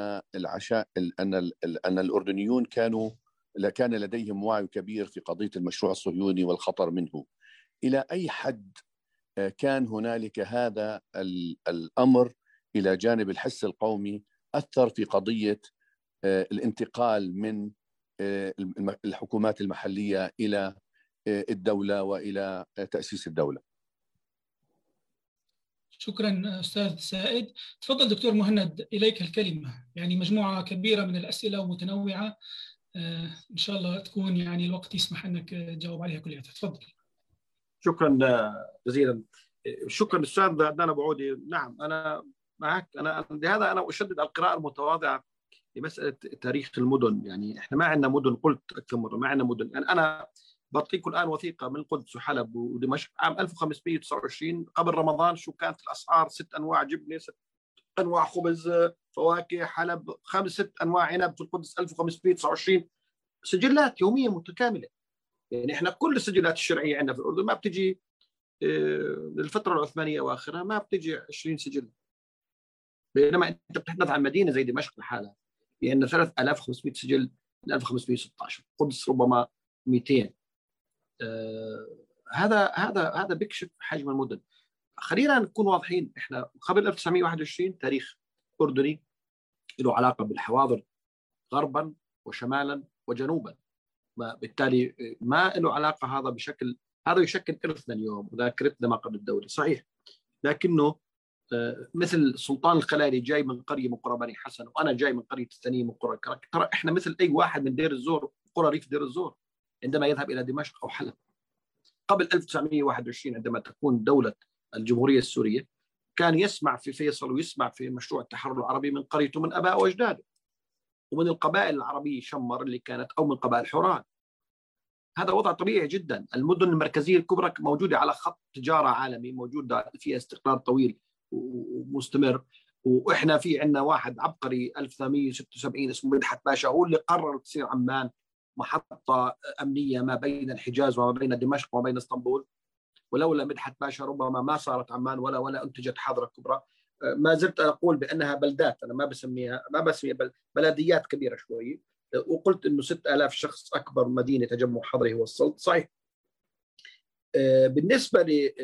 أن الأردنيون كان لديهم وعي كبير في قضية المشروع الصهيوني والخطر منه. إلى أي حد كان هنالك هذا الأمر إلى جانب الحس القومي أثر في قضية الانتقال من الحكومات المحلية إلى الدولة وإلى تأسيس الدولة؟ شكرا أستاذ سائد. تفضل دكتور مهند، إليك الكلمة. يعني مجموعة كبيرة من الأسئلة ومتنوعة، إن شاء الله تكون يعني الوقت يسمح أنك تجاوب عليها كلها. تفضل. شكرا جزيلا. شكرا أستاذ عدنان أبو عودة. نعم أنا معك. لهذا أنا أشدد القراءة المتواضعة لمسألة تاريخ المدن. يعني إحنا ما عندنا مدن، قلت أكثر مرة ما عندنا مدن. يعني أنا بعطيكم الآن وثيقة من القدس وحلب ودمشق عام 1529 قبل رمضان. شو كانت الأسعار؟ 6 أنواع جبنة، 6 أنواع خبز، فواكه، حلب، 5-6 أنواع عنب في القدس 1529. سجلات يومية متكاملة. يعني إحنا كل السجلات الشرعية عندنا في الأردن ما بتجي للفترة العثمانية وآخرها ما بتجي 20 سجل، بينما أنت بتحدث عن مدينة زي دمشق لحالها لأن 3500 سجل من 1516، القدس ربما 200. هذا بيكشف حجم المدن. خلينا نكون واضحين، احنا قبل 1921 تاريخ أردني له علاقة بالحواضر غربا وشمالا وجنوبا، بالتالي ما له علاقة هذا بشكل، هذا يشكل إرثنا اليوم وذاكرتنا ما قبل الدولة صحيح، لكنه مثل سلطان الخلالي جاي من قرية من قرى بني حسن، وأنا جاي من قرية الثانية من قرى كرك. ترى إحنا مثل أي واحد من دير الزور، قرى ريف دير الزور، عندما يذهب إلى دمشق أو حلب. قبل 1921 عندما تكون دولة الجمهورية السورية كان يسمع في فيصل ويسمع في مشروع التحرر العربي من قريته من أبائه وأجداده ومن القبائل العربية شمر اللي كانت أو من قبائل حوران. هذا وضع طبيعي جدا. المدن المركزية الكبرى موجودة على خط تجارة عالمي، موجودة فيها استقرار طويل ومستمر. وإحنا في عندنا واحد عبقري 1876 اسمه مدحت باشا، هو اللي قرر تصير عمان محطة أمنية ما بين الحجاز وما بين دمشق وما بين اسطنبول. ولولا مدحت باشا ربما ما صارت عمان ولا أنتجت حاضرة كبرى. ما زلت أقول بأنها بلدات، أنا ما بسميها بلديات كبيرة شوي. وقلت أنه 6000 شخص أكبر مدينة تجمع حضري هو السلط، صحيح. بالنسبة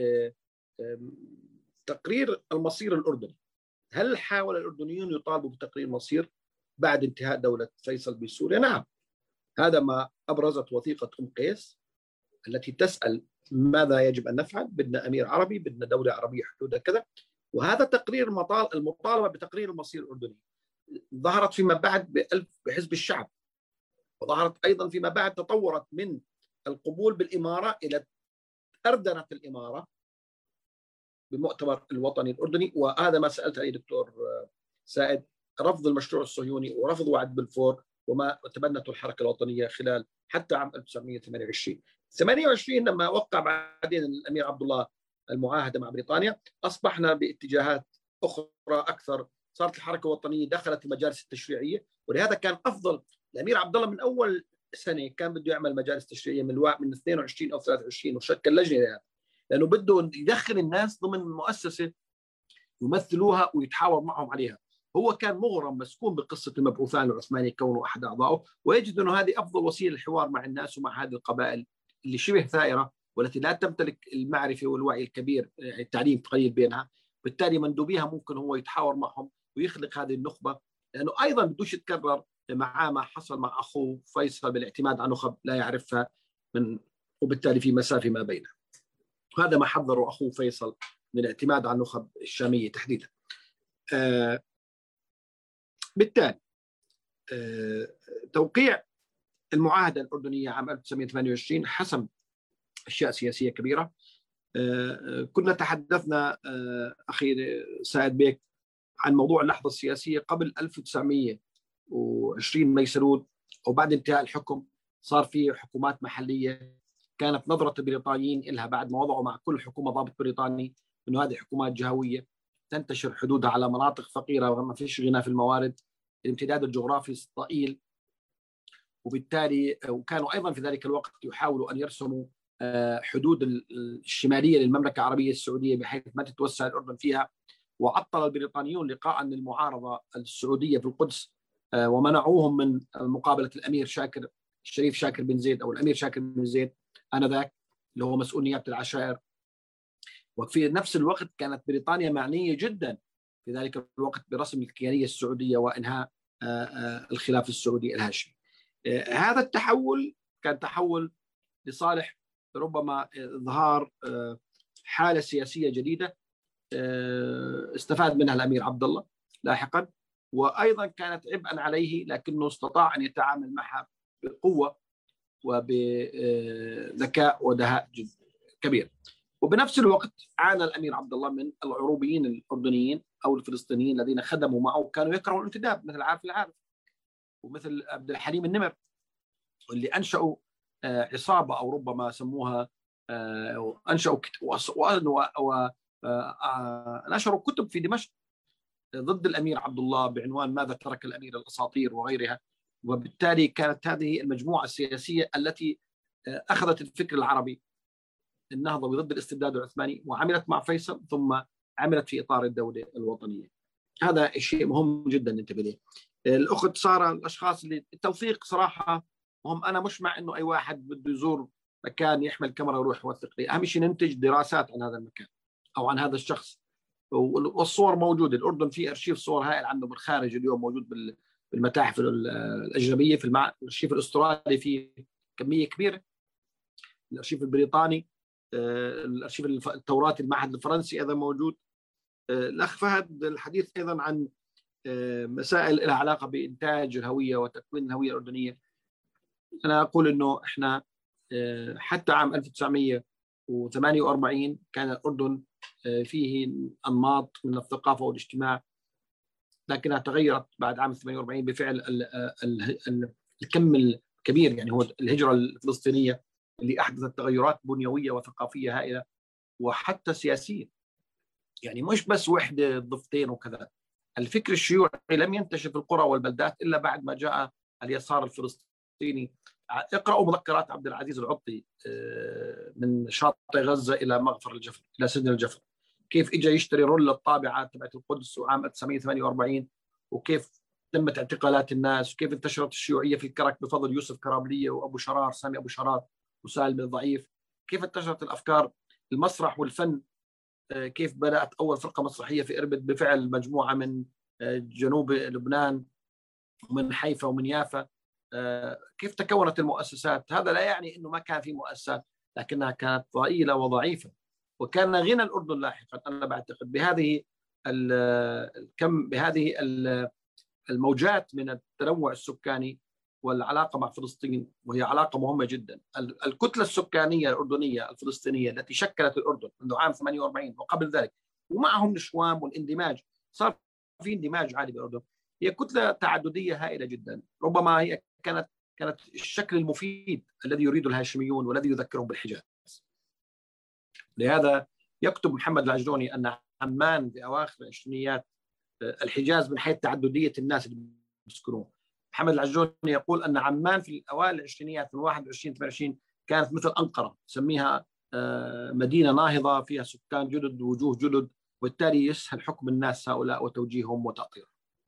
لتقرير المصير الأردني، هل حاول الأردنيون يطالبوا بتقرير مصير بعد انتهاء دولة فيصل بسوريا؟ نعم، هذا ما أبرزت وثيقة أم قيس التي تسأل ماذا يجب أن نفعل، بدنا أمير عربي، بدنا دولة عربية حدودها كذا. وهذا تقرير المطالبة بتقرير المصير الأردني ظهرت فيما بعد بحزب الشعب، وظهرت أيضا فيما بعد، تطورت من القبول بالإمارة إلى أردنة الإمارة بالمؤتمر الوطني الأردني. وهذا ما سألت عليه دكتور سائد، رفض المشروع الصهيوني ورفض وعد بلفور وما تبنته الحركة الوطنية خلال حتى عام 1928 لما وقع بعدين الأمير عبد الله المعاهدة مع بريطانيا، أصبحنا باتجاهات أخرى أكثر، صارت الحركة الوطنية دخلت المجالس التشريعية. ولهذا كان أفضل الأمير عبد الله من أول سنة كان بده يعمل مجالس تشريعية من 22 أو 23 وشكل لجنة لهذا، لأنه بده يدخل الناس ضمن مؤسسة يمثلوها ويتحاور معهم عليها. هو كان مغرم مسكون بقصة المبعوثان العثماني كونه أحد أعضائه، ويجد أنه هذه أفضل وسيلة للحوار مع الناس ومع هذه القبائل اللي شبه ثائرة والتي لا تمتلك المعرفة والوعي الكبير، يعني التعليم قليل بينها. بالتالي مندوبيها ممكن هو يتحاور معهم ويخلق هذه النخبة، لأنه أيضا بدوش يتكرر معاه ما حصل مع أخوه فيصل بالاعتماد على نخب لا يعرفها وبالتالي في مسافة ما بينها. وهذا ما حذره أخوه فيصل من الاعتماد على النخب الشامية تحديدا. بالتالي توقيع المعاهدة الأردنية عام 1928 حسم أشياء سياسية كبيرة. كنا تحدثنا أخي سائد بيك عن موضوع اللحظة السياسية قبل 1920 ميسرود، وبعد انتهاء الحكم صار في حكومات محلية. كانت نظرة البريطانيين لها بعد ما وضعوا مع كل حكومة ضابط بريطاني أنه هذه حكومات جهوية تنتشر حدودها على مناطق فقيرة وما فيش غنى في الموارد، الامتداد الجغرافي ضئيل. وبالتالي وكانوا أيضا في ذلك الوقت يحاولوا أن يرسموا حدود الشمالية للمملكة العربية السعودية بحيث ما تتوسع الأردن فيها. وعطل البريطانيون لقاء للمعارضة السعودية في القدس ومنعوهم من مقابلة الأمير شاكر الشريف شاكر بن زيد أو الأمير شاكر بن زيد آنذاك اللي هو مسؤول نيابة العشائر. وفي نفس الوقت كانت بريطانيا معنية جدا في ذلك الوقت برسم الكيانية السعودية وإنهاء الخلاف السعودي الهاشمي. هذا التحول كان تحول لصالح ربما إظهار حالة سياسية جديدة استفاد منها الأمير عبد الله لاحقا، وأيضا كانت عبئا عليه لكنه استطاع أن يتعامل معها بقوة وبذكاء ودهاء كبير. وبنفس الوقت عانى الأمير عبد الله من العروبيين الأردنيين أو الفلسطينيين الذين خدموا معه كانوا يكرهوا الانتداب، مثل عارف العارف ومثل عبد الحليم النمر، واللي أنشأوا عصابة أو ربما سموها أنشأوا ونشروا كتب في دمشق ضد الأمير عبد الله بعنوان ماذا ترك الأمير الأساطير وغيرها. وبالتالي كانت هذه المجموعة السياسية التي أخذت الفكر العربي النهضة ضد الاستبداد العثماني وعملت مع فيصل ثم عملت في إطار الدولة الوطنية. هذا شيء مهم جدا ننتبه له. الأخت سارة، الأشخاص اللي التوثيق صراحة مهم. أنا مش مع إنه أي واحد بده يزور مكان يحمل كاميرا ويروح يوثق لي، أهم شيء ننتج دراسات عن هذا المكان أو عن هذا الشخص. والصور موجودة، الأردن في أرشيف صور هائل عنده بالخارج اليوم موجود بالمتاحف الأجنبية، في الأرشيف الأسترالي في كمية كبيرة، الأرشيف البريطاني، الأرشيف التوراتي المعهد الفرنسي أيضا موجود. الأخ فهد الحديث أيضا عن مسائل لها علاقة بإنتاج الهوية وتكوين الهوية الأردنية. أنا أقول إنه إحنا حتى عام 1948 كان الأردن فيه أنماط من الثقافة والاجتماع، لكنها تغيرت بعد عام 48 بفعل الكم الكبير، يعني هو الهجرة الفلسطينية اللي أحدثت تغيرات بنيوية وثقافية هائلة وحتى سياسية. يعني مش بس وحدة ضفتين وكذا. الفكر الشيوعي لم ينتشر في القرى والبلدات إلا بعد ما جاء اليسار الفلسطيني. اقرأوا مذكرات عبد العزيز العطي من شاطئ غزة إلى مغفر الجفر إلى سجن الجفر، كيف اجى يشتري رول الطابعه تبعت القدس وعام 1948، وكيف تمت اعتقالات الناس، وكيف انتشرت الشيوعيه في الكرك بفضل يوسف كرابليه وابو شرار، سامي ابو شرار وسالم الضعيف، كيف انتشرت الافكار، المسرح والفن، كيف بدات اول فرقه مسرحيه في اربد بفعل مجموعه من جنوب لبنان ومن حيفا ومن يافا، كيف تكونت المؤسسات. هذا لا يعني انه ما كان في مؤسسات، لكنها كانت ضئيله وضعيفه، وكان غنى الاردن لاحقا انا بعتقد بهذه بهذه الموجات من التنوع السكاني والعلاقه مع فلسطين، وهي علاقه مهمه جدا. الكتله السكانيه الاردنيه الفلسطينيه التي شكلت الاردن منذ عام 48 وقبل ذلك، ومعهم الشوام والاندماج، صار في اندماج عالي بالاردن، هي كتله تعدديه هائله جدا. ربما هي كانت الشكل المفيد الذي يريده الهاشميون والذي يذكرهم بالحجاز. لهذا يكتب محمد العجلوني ان عمان في اواخر العشرينيات الحجاز من حيث تعدديه الناس اللي بيسكنوه. محمد العجلوني يقول ان عمان في الاوائل العشرينيات من 21 28 كانت مثل انقره، سميها مدينه ناهضه فيها سكان جدد ووجوه جدد، وبالتالي يسهل حكم الناس هؤلاء وتوجيههم وتأطيرهم.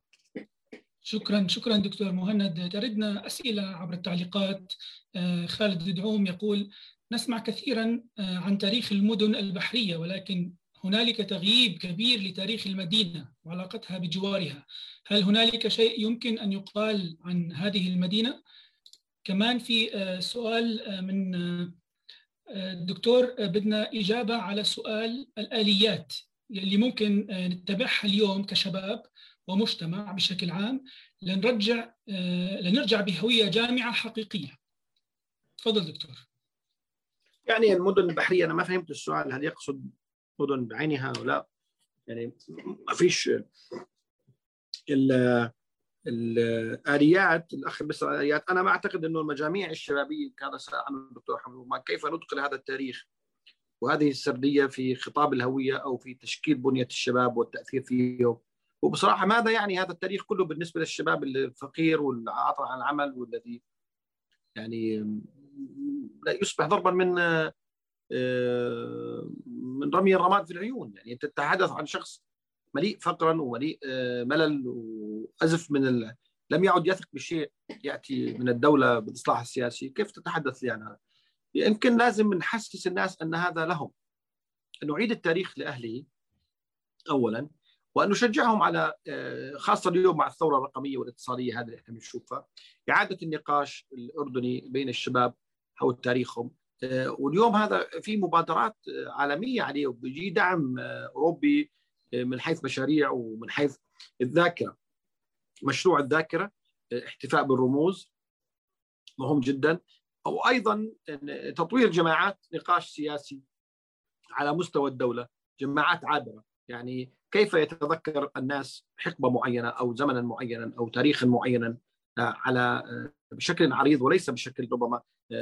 شكرا دكتور مهند. تردنا أسئلة عبر التعليقات. خالد دعوم يقول: نسمع كثيرا عن تاريخ المدن البحرية، ولكن هنالك تغييب كبير لتاريخ المدينة وعلاقتها بجوارها. هل هنالك شيء يمكن أن يقال عن هذه المدينة؟ كمان في سؤال من الدكتور، بدنا إجابة على سؤال الآليات اللي ممكن نتبعها اليوم كشباب ومجتمع بشكل عام لنرجع بهوية جامعة حقيقية. تفضل دكتور. يعني المدن البحرية أنا ما فهمت السؤال، هل يقصد مدن بعينها أو لا؟ يعني ما فيش الآليات. الأخ بس الآليات، أنا ما أعتقد أنه المجاميع الشبابية كان سأل عنه الدكتور حمد، كيف ندخل هذا التاريخ وهذه السردية في خطاب الهوية أو في تشكيل بنية الشباب والتأثير فيه. وبصراحة ماذا يعني هذا التاريخ كله بالنسبة للشباب الفقير والعاطل عن العمل والذي يعني لا يصبح ضربا من رمي الرماد في العيون. يعني أنت تتحدث عن شخص مليء فقرا ومليء ملل وأزف لم يعد يثق بشيء يأتي من الدولة بالإصلاح السياسي. كيف تتحدث لي عن هذا؟ يمكن لازم نحسس الناس أن هذا لهم، أن نعيد التاريخ لأهله أولا، وأن نشجعهم على خاصة اليوم مع الثورة الرقمية والاتصالية هذه اللي احنا بنشوفها، إعادة النقاش الأردني بين الشباب حول تاريخهم. واليوم هذا في مبادرات عالمية عليه وبيجي دعم أوروبي من حيث مشاريع ومن حيث الذاكرة. مشروع الذاكرة احتفاء بالرموز مهم جدا، أو أيضا تطوير جماعات نقاش سياسي على مستوى الدولة، جماعات عابرة. يعني كيف يتذكر الناس حقبة معينة أو زمنا معينا أو تاريخا معينا على بشكل عريض وليس بشكل ربما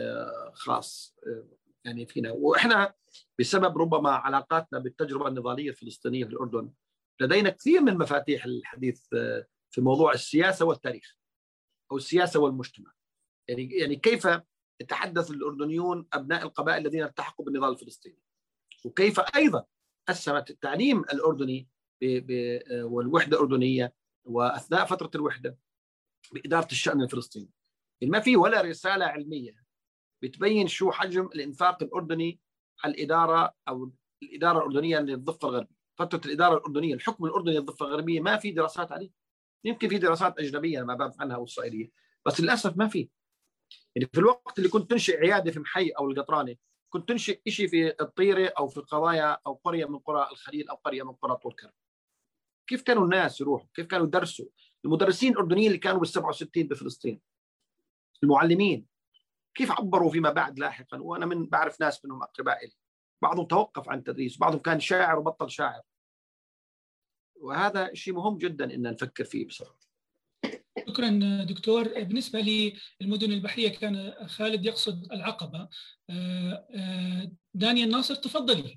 خاص يعني فينا. وإحنا بسبب ربما علاقاتنا بالتجربة النضالية الفلسطينية في الأردن لدينا كثير من مفاتيح الحديث في موضوع السياسة والتاريخ أو السياسة والمجتمع. يعني كيف يتحدث الأردنيون أبناء القبائل الذين التحقوا بالنضال الفلسطيني، وكيف أيضا قسمت التعليم الأردني والوحدة الأردنية وأثناء فترة الوحدة بإدارة الشأن الفلسطيني. ما في ولا رسالة علمية بتبين شو حجم الإنفاق الأردني على الإدارة أو الإدارة الأردنية للضفة الغربية. فترة الإدارة الأردنية، الحكم الأردني للضفة الغربية ما في دراسات عليه. يمكن في دراسات أجنبية ما بعرف عنها أو إسرائيلية، بس للأسف ما في. يعني في الوقت اللي كنت تنشئ عيادة في محي أو القطرانة، كنت تنشئ شيء في الطيرة أو في القضايا أو قرية من قرى الخليل أو قرية من قرى طول كرم. كيف كانوا الناس يروحوا؟ كيف كانوا يدرسوا؟ المدرسين الأردنيين اللي كانوا بال67 بفلسطين، المعلمين كيف عبروا فيما بعد لاحقا. وأنا بعرف ناس منهم أقرباء لي، بعضهم توقف عن التدريس، بعضهم كان شاعر وبطل شاعر. وهذا شيء مهم جدا إن نفكر فيه بصراحة. شكرا دكتور. بالنسبة للمدن البحرية كان خالد يقصد العقبة. دانيا الناصر تفضلي.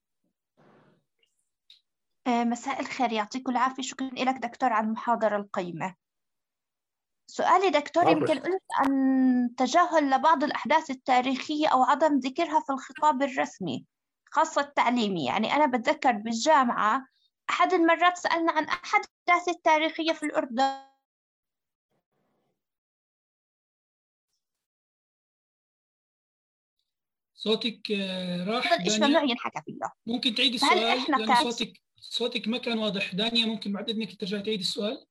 مساء الخير، يعطيكم العافية. شكرا لك دكتور على المحاضرة القيمة. سؤالي دكتور، يمكن قلت عن تجاهل لبعض الأحداث التاريخية أو عدم ذكرها في الخطاب الرسمي، خاصة التعليمي. يعني أنا بتذكر بالجامعة أحد المرات سألنا عن أحد الأحداث التاريخية في الأردن. صوتك راح هذا الشيء ممنوع ينحكى فيه. ممكن تعيد فهل السؤال إحنا لأن صوتك ما كان واضح. دانيا ممكن بعد إذنك ترجع تعيد السؤال؟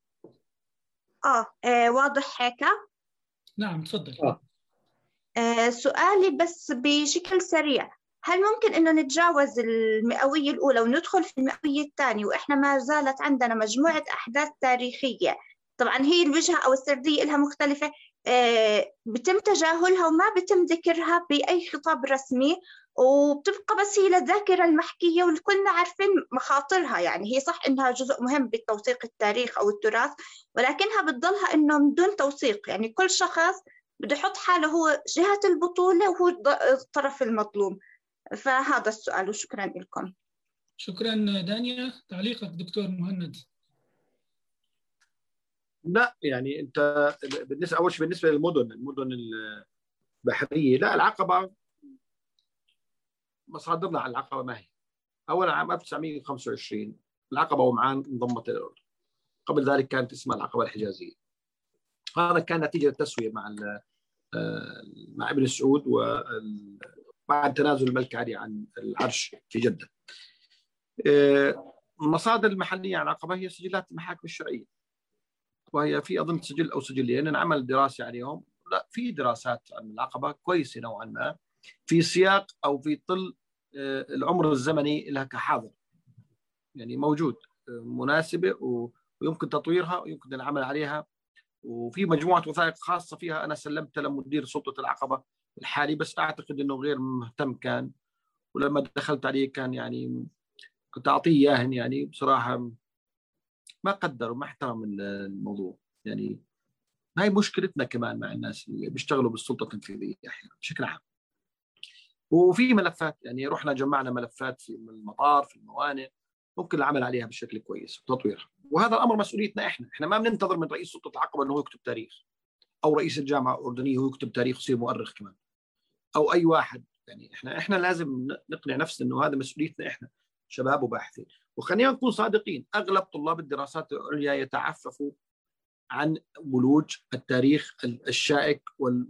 واضح هيك؟ نعم تفضل. سؤالي بس بشكل سريع، هل ممكن إنه نتجاوز المئوية الأولى وندخل في المئوية الثانية وإحنا ما زالت عندنا مجموعة أحداث تاريخية؟ طبعا هي الوجهة أو السردية لها مختلفة، بتم تجاهلها وما بتم ذكرها بأي خطاب رسمي، وبتبقى بس هي للذاكرة المحكية والكلنا عارفين مخاطرها. يعني هي صح إنها جزء مهم بتوثيق التاريخ أو التراث، ولكنها بتضلها إنه من دون توثيق. يعني كل شخص بده يحط حاله هو جهة البطولة وهو الطرف المظلوم. فهذا السؤال وشكرا لكم. شكرا دانيا. تعليقك دكتور مهند؟ لا يعني انت اول شيء بالنسبه للمدن البحريه، لا العقبه مصادرنا على العقبه ما هي. اولا عام 1925 العقبه وعمان انضمت الى الاردن. قبل ذلك كانت اسمها العقبه الحجازيه. هذا كان نتيجه التسويه مع ابن سعود وبعد تنازل الملك علي عن العرش في جده. المصادر المحليه عن العقبه هي سجلات المحاكم الشرعيه، وهي في اظن سجل او سجلين انعمل دراسه عليهم. لا في دراسات عن العقبه كويسه نوعا ما في سياق او في ظل العمر الزمني لها كحاضر، يعني موجود مناسبه ويمكن تطويرها ويمكن العمل عليها. وفي مجموعه وثائق خاصه فيها انا سلمتها لمدير سلطه العقبه الحالي، بس اعتقد انه غير مهتم كان، ولما دخلت عليه كان يعني كنت اعطيه اياهن، يعني بصراحه ما قدر وما احترم الموضوع. يعني هاي مشكلتنا كمان مع الناس اللي بيشتغلوا بالسلطه التنفيذيه احيانا بشكل عام. وفي ملفات يعني رحنا جمعنا ملفات في المطار في الموانئ ممكن العمل عليها بشكل كويس وتطويرها، وهذا الامر مسؤوليتنا احنا ما بننتظر من رئيس سلطه العقبه انه يكتب تاريخ، او رئيس الجامعه الاردنيه هو يكتب تاريخ ويصير مؤرخ كمان، او اي واحد. يعني احنا لازم نقنع نفسنا انه هذا مسؤوليتنا احنا شباب وباحثين. وخلينا نكون صادقين، اغلب طلاب الدراسات العليا يتعففوا عن ولوج التاريخ الشائك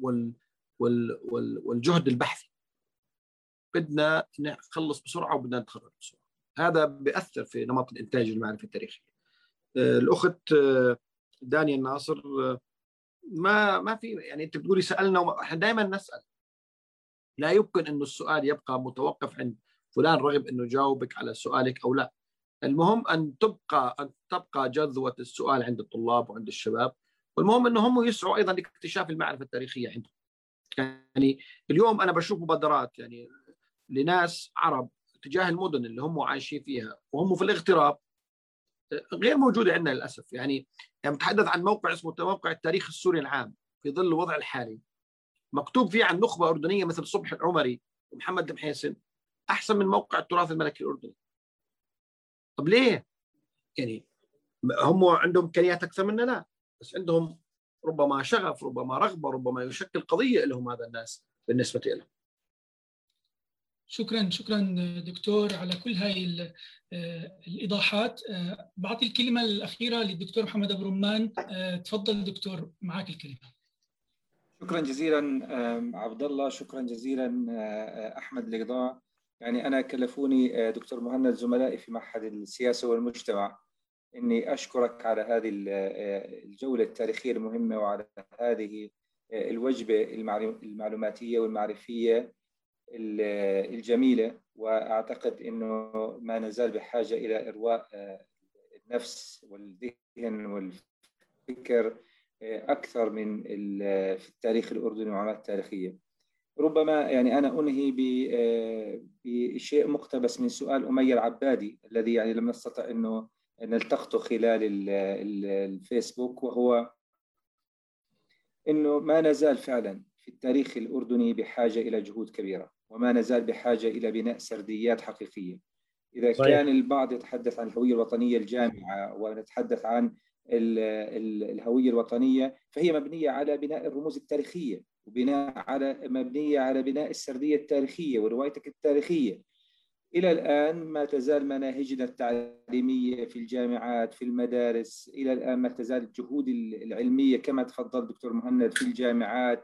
والجهد البحثي. بدنا نخلص بسرعه وبدنا نتخرج بسرعه. هذا بيأثر في نمط الانتاج المعرفي التاريخي. الاخت دانيا الناصر ما في، يعني انت بتقولي سالنا، احنا دائما نسال، لا يمكن انه السؤال يبقى متوقف عند فلان رغب انه يجاوبك على سؤالك او لا. المهم ان تبقى جذوه السؤال عند الطلاب وعند الشباب، والمهم انه هم يسعوا ايضا لاكتشاف المعرفه التاريخيه عندهم. يعني اليوم انا بشوف مبادرات يعني لناس عرب تجاه المدن اللي هم عايشين فيها وهم في الاغتراب غير موجوده عندنا للاسف. يعني بتحدث عن موقع اسمه موقع التاريخ السوري العام في ظل الوضع الحالي، مكتوب فيه عن نخبه اردنيه مثل صبحي العمري ومحمد المحيسن احسن من موقع التراث الملكي الاردني. طب ليه؟ يعني هم عندهم امكانيات اكثر مننا، لا، بس عندهم ربما شغف، ربما رغبه، ربما يشكل قضيه لهم هذا الناس بالنسبه لهم. شكرا دكتور على كل هاي الإيضاحات. بعطي الكلمة الأخيرة للدكتور محمد أبو رمان. تفضل دكتور، معك الكلمة. شكرا جزيلا عبد الله، شكرا جزيلا أحمد الإقضاء. يعني أنا كلفوني دكتور مهند زملائي في معهد السياسة والمجتمع إني أشكرك على هذه الجولة التاريخية المهمة وعلى هذه الوجبة المعلوماتية والمعرفية الجميلة. وأعتقد أنه ما نزال بحاجة إلى إرواء النفس والذهن والفكر أكثر من في التاريخ الأردني والمعلومات التاريخية. ربما يعني أنا أنهي بشيء مقتبس من سؤال أمية العبادي الذي يعني لم نستطع أنه نلتقطه خلال الفيسبوك، وهو أنه ما نزال فعلا في التاريخ الأردني بحاجة إلى جهود كبيرة، وما نزال بحاجة إلى بناء سرديات حقيقية. إذا صحيح. كان البعض يتحدث عن الهوية الوطنية الجامعة ونتحدث عن الهوية الوطنية، فهي مبنية على بناء الرموز التاريخية، مبنية على بناء السردية التاريخية وروايتك التاريخية. إلى الآن ما تزال مناهجنا التعليمية في الجامعات في المدارس، إلى الآن ما تزال الجهود العلمية كما تفضل دكتور مهند في الجامعات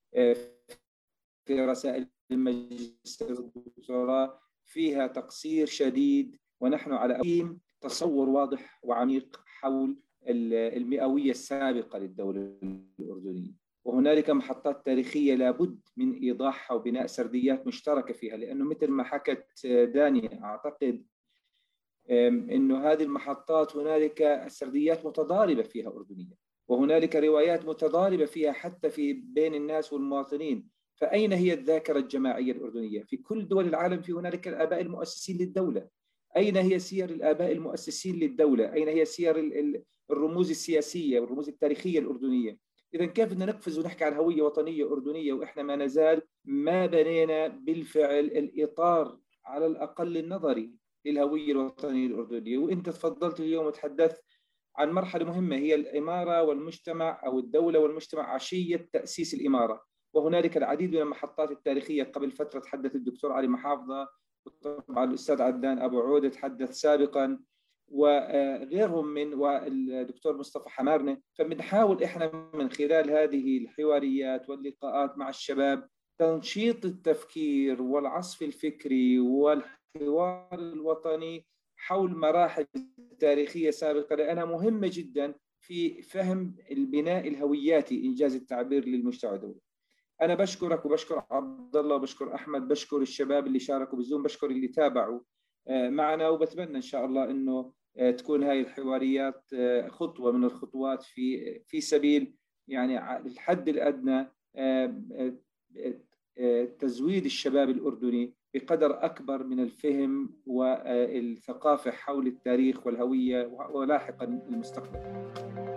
في رسائل الماجستير والدكتوراه فيها تقصير شديد، ونحن على تصور واضح وعميق حول المئوية السابقة للدولة الأردنية، وهنالك محطات تاريخية لابد من إيضاحها وبناء سرديات مشتركة فيها، لأنه مثل ما حكت دانيا أعتقد أنه هذه المحطات هنالك السرديات متضاربة فيها أردنية، وهنالك روايات متضاربة فيها حتى في بين الناس والمواطنين. فأين هي الذاكرة الجماعية الأردنية؟ في كل دول العالم في هنالك الآباء المؤسسين للدولة. أين هي سير الآباء المؤسسين للدولة؟ أين هي سير الرموز السياسية والرموز التاريخية الأردنية؟ إذا كيف بدنا نقفز ونحكي عن هوية وطنية أردنية وإحنا ما نزال ما بنينا بالفعل الإطار على الأقل النظري للهوية الوطنية الأردنية؟ وأنت تفضلت اليوم وتحدثت عن مرحلة مهمة هي الإمارة والمجتمع أو الدولة والمجتمع عشية تأسيس الإمارة، وهنالك العديد من المحطات التاريخية. قبل فترة تحدث الدكتور علي محافظة، وطبعا الأستاذ عدنان أبو عودة تحدث سابقا، وغيرهم من والدكتور مصطفى حمارنة. فبنحاول إحنا من خلال هذه الحواريات واللقاءات مع الشباب تنشيط التفكير والعصف الفكري والحوار الوطني حول مراحل تاريخية سابقة، لأنها مهمة جدا في فهم البناء الهوياتي إنجاز التعبير للمجتمع الدولي. أنا بشكرك وبشكر عبد الله وبشكر أحمد، بشكر الشباب اللي شاركوا بالزوم، بشكر اللي تابعوا معنا، وبتمنى إن شاء الله إنه تكون هاي الحواريات خطوة من الخطوات في سبيل يعني الحد الأدنى تزويد الشباب الأردني بقدر أكبر من الفهم والثقافة حول التاريخ والهوية ولاحقا المستقبل.